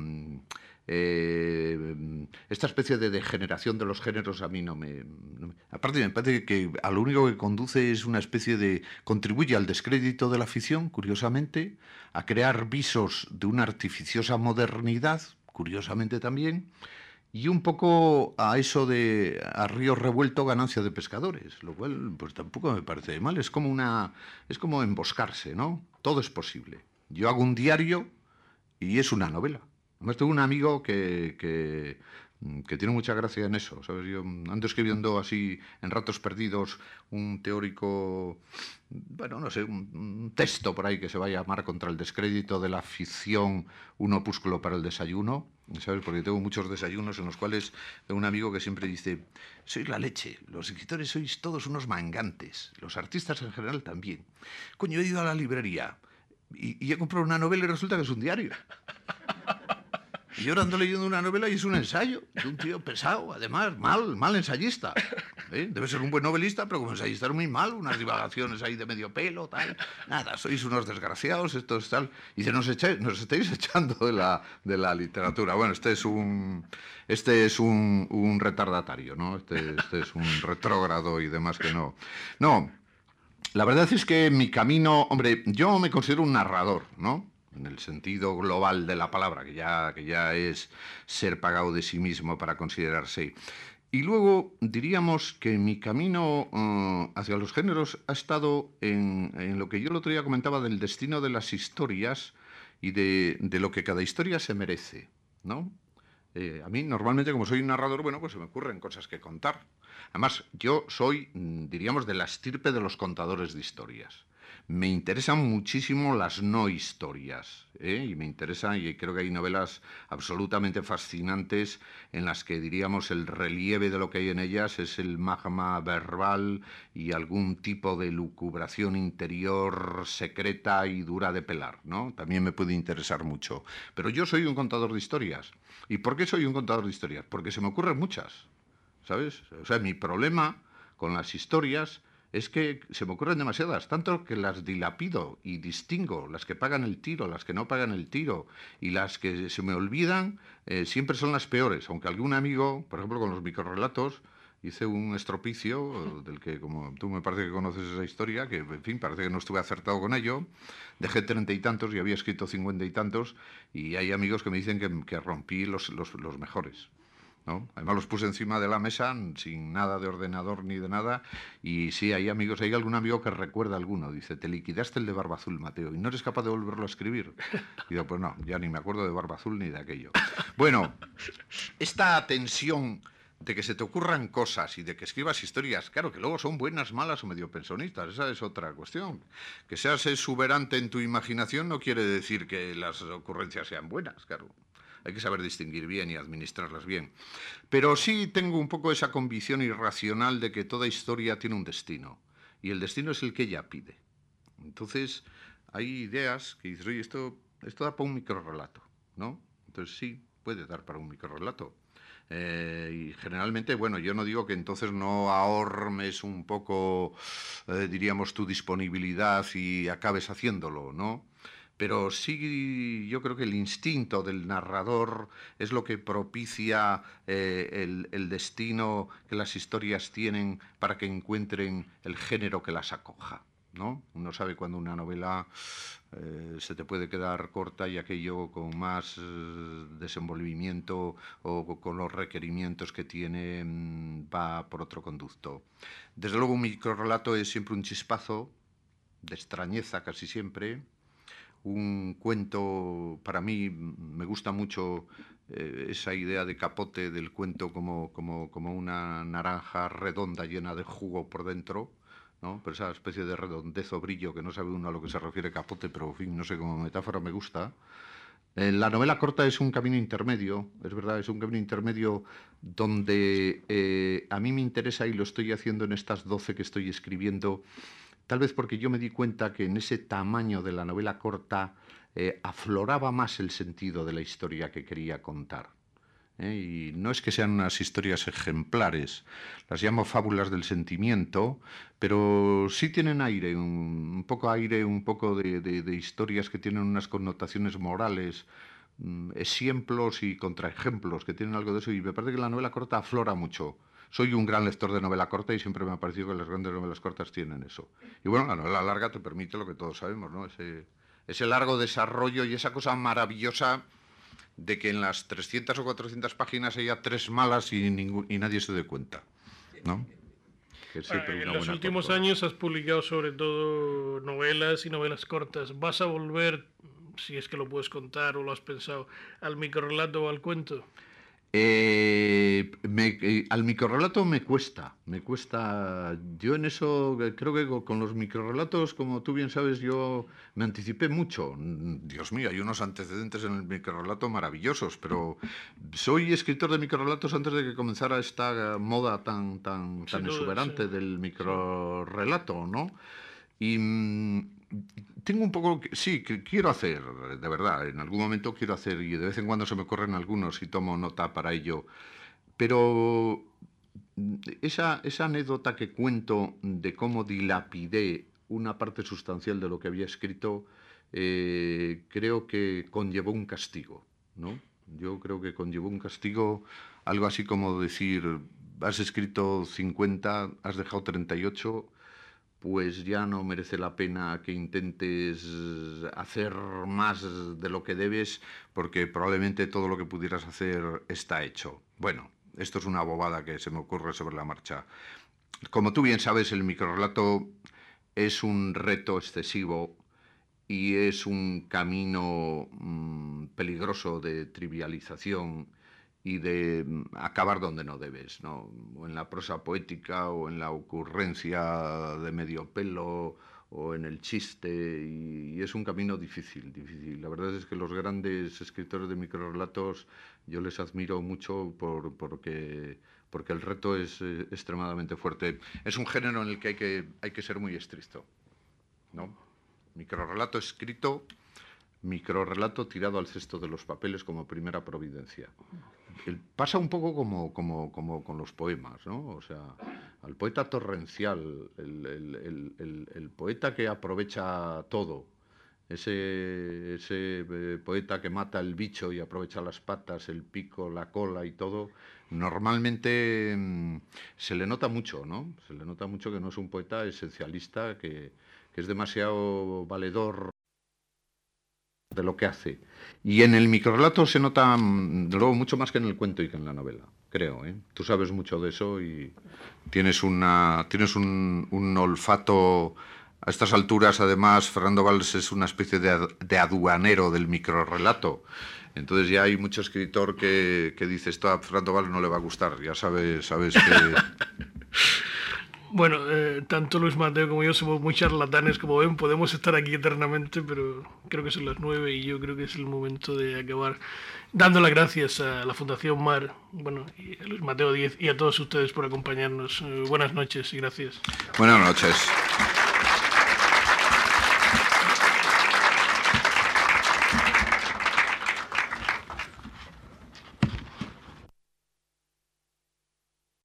eh, esta especie de degeneración de los géneros a mí no me, no me... Aparte me parece que a lo único que conduce es una especie de... contribuye al descrédito de la ficción, curiosamente, a crear visos de una artificiosa modernidad, curiosamente también, y un poco a eso de a río revuelto ganancia de pescadores, lo cual pues tampoco me parece mal, es como una es como emboscarse, ¿no? Todo es posible. Yo hago un diario y es una novela. Además tengo un amigo que, que, que tiene mucha gracia en eso, ¿sabes? Yo ando escribiendo así en ratos perdidos un teórico, bueno, no sé, un, un texto por ahí que se va a llamar Contra el descrédito de la ficción, un opúsculo para el desayuno, ¿sabes? Porque tengo muchos desayunos en los cuales tengo un amigo que siempre dice, sois la leche, los escritores sois todos unos mangantes, los artistas en general también. Coño, he ido a la librería y, y he comprado una novela y resulta que es un diario. Y yo ahora ando leyendo una novela y es un ensayo de un tío pesado, además, mal, mal ensayista. ¿Eh? Debe ser un buen novelista, pero como ensayista es muy mal, unas divagaciones ahí de medio pelo, tal. Nada, sois unos desgraciados, esto es tal. Y dice, nos, eché, nos estáis echando de la, de la literatura. Bueno, este es un, este es un, un retardatario, ¿no? Este, este es un retrógrado y demás que no. No, la verdad es que mi camino, hombre, yo me considero un narrador, ¿no? En el sentido global de la palabra, que ya, que ya es ser pagado de sí mismo para considerarse. Y luego diríamos que mi camino uh, hacia los géneros ha estado en, en lo que yo el otro día comentaba del destino de las historias y de, de lo que cada historia se merece, ¿no? Eh, a mí normalmente, como soy un narrador, bueno, pues se me ocurren cosas que contar. Además, yo soy, diríamos, de la estirpe de los contadores de historias. me interesan muchísimo las no historias, ¿eh? Y me interesan, y creo que hay novelas absolutamente fascinantes en las que, diríamos, el relieve de lo que hay en ellas es el magma verbal y algún tipo de lucubración interior secreta y dura de pelar, ¿no? También me puede interesar mucho. Pero yo soy un contador de historias. ¿Y por qué soy un contador de historias? Porque se me ocurren muchas, ¿sabes? O sea, mi problema con las historias es que se me ocurren demasiadas, tanto que las dilapido y distingo, las que pagan el tiro, las que no pagan el tiro, y las que se me olvidan eh, siempre son las peores, aunque algún amigo, por ejemplo con los microrelatos, hice un estropicio del que, como tú me parece que conoces esa historia, que en fin, parece que no estuve acertado con ello, dejé treinta y tantos y había escrito cincuenta y tantos, y hay amigos que me dicen que, que rompí los, los, los mejores, ¿no? Además los puse encima de la mesa sin nada de ordenador ni de nada, y sí, hay amigos, hay algún amigo que recuerda alguno, dice, te liquidaste el de Barba Azul, Mateo, y no eres capaz de volverlo a escribir. Y digo, pues no, ya ni me acuerdo de Barba Azul ni de aquello. Bueno, esta tensión de que se te ocurran cosas y de que escribas historias, claro, que luego son buenas, malas o medio pensionistas, esa es otra cuestión. Que seas exuberante en tu imaginación no quiere decir que las ocurrencias sean buenas, claro. Hay que saber distinguir bien y administrarlas bien. Pero sí tengo un poco esa convicción irracional de que toda historia tiene un destino. Y el destino es el que ella pide. Entonces, hay ideas que dices, oye, esto, esto da para un microrrelato, ¿no? Entonces sí, puede dar para un microrrelato. Eh, y generalmente, bueno, yo no digo que entonces no ahormes un poco, eh, diríamos, tu disponibilidad y acabes haciéndolo, ¿no? Pero sí, yo creo que el instinto del narrador es lo que propicia eh, el, el destino que las historias tienen para que encuentren el género que las acoja, ¿no? Uno sabe cuando una novela eh, se te puede quedar corta y aquello con más eh, desenvolvimiento o con los requerimientos que tiene mmm, va por otro conducto. Desde luego un microrrelato es siempre un chispazo de extrañeza casi siempre. Un cuento, para mí me gusta mucho eh, esa idea de Capote del cuento como, como, como una naranja redonda llena de jugo por dentro, ¿no? Pero esa especie de redondez o brillo que no sabe uno a lo que se refiere Capote, pero en fin, no sé, como metáfora me gusta. Eh, la novela corta es un camino intermedio, es verdad, es un camino intermedio donde eh, a mí me interesa, y lo estoy haciendo en estas doce que estoy escribiendo, tal vez porque yo me di cuenta que en ese tamaño de la novela corta eh, afloraba más el sentido de la historia que quería contar. ¿eh? Y no es que sean unas historias ejemplares, las llamo fábulas del sentimiento, pero sí tienen aire, un, un poco aire, un poco de, de, de historias que tienen unas connotaciones morales, mm, ejemplos y contraejemplos que tienen algo de eso, y me parece que la novela corta aflora mucho. Soy un gran lector de novela corta y siempre me ha parecido que las grandes novelas cortas tienen eso. Y bueno, la novela larga te permite lo que todos sabemos, ¿no? Ese, ese largo desarrollo y esa cosa maravillosa de que en las trescientas o cuatrocientas páginas haya tres malas y, ningún, y nadie se dé cuenta, ¿no? Que siempre en los últimos corta. años has publicado sobre todo novelas y novelas cortas. ¿Vas a volver, si es que lo puedes contar o lo has pensado, al microrrelato o al cuento? Eh, me, eh, al microrrelato me cuesta, me cuesta. Yo en eso creo que con los microrrelatos, como tú bien sabes, yo me anticipé mucho. Dios mío, hay unos antecedentes en el microrrelato maravillosos, pero soy escritor de microrrelatos antes de que comenzara esta moda tan, tan, tan duda, exuberante sí. del microrrelato, ¿no? Y mmm, tengo un poco, sí, que quiero hacer, de verdad, en algún momento quiero hacer, y de vez en cuando se me ocurren algunos y tomo nota para ello, pero esa, esa anécdota que cuento de cómo dilapidé una parte sustancial de lo que había escrito, eh, creo que conllevó un castigo, ¿no? Yo creo que conllevó un castigo, algo así como decir, has escrito cincuenta, has dejado treinta y ocho, pues ya no merece la pena que intentes hacer más de lo que debes, porque probablemente todo lo que pudieras hacer está hecho. Bueno, esto es una bobada que se me ocurre sobre la marcha. Como tú bien sabes, el microrrelato es un reto excesivo y es un camino mmm, peligroso de trivialización y de acabar donde no debes, ¿no? O en la prosa poética o en la ocurrencia de medio pelo o en el chiste, y, y es un camino difícil, difícil. La verdad es que los grandes escritores de microrrelatos yo les admiro mucho por, porque, porque el reto es eh, extremadamente fuerte. Es un género en el que hay que, hay que ser muy estricto, ¿no? Microrrelato escrito, microrrelato tirado al cesto de los papeles como primera providencia. El, pasa un poco como, como, como con los poemas, ¿no? O sea, al poeta torrencial, el, el, el, el, el poeta que aprovecha todo, ese, ese eh, poeta que mata el bicho y aprovecha las patas, el pico, la cola y todo, normalmente mmm, se le nota mucho, ¿no? Se le nota mucho que no es un poeta esencialista, que, que es demasiado valedor de lo que hace. Y en el microrrelato se nota, de luego, mucho más que en el cuento y que en la novela, creo, ¿eh? Tú sabes mucho de eso y tienes, una, tienes un, un olfato. A estas alturas, además, Fernando Valls es una especie de, de aduanero del microrrelato. Entonces ya hay mucho escritor que, que dice, esto a Fernando Valls no le va a gustar, ya sabes, sabes que... Bueno, eh, tanto Luis Mateo como yo somos muy charlatanes, como ven, podemos estar aquí eternamente, pero creo que son las nueve y yo creo que es el momento de acabar dando las gracias a la Fundación Mar, bueno, y a Luis Mateo Díez y a todos ustedes por acompañarnos. Eh, buenas noches y gracias. Buenas noches.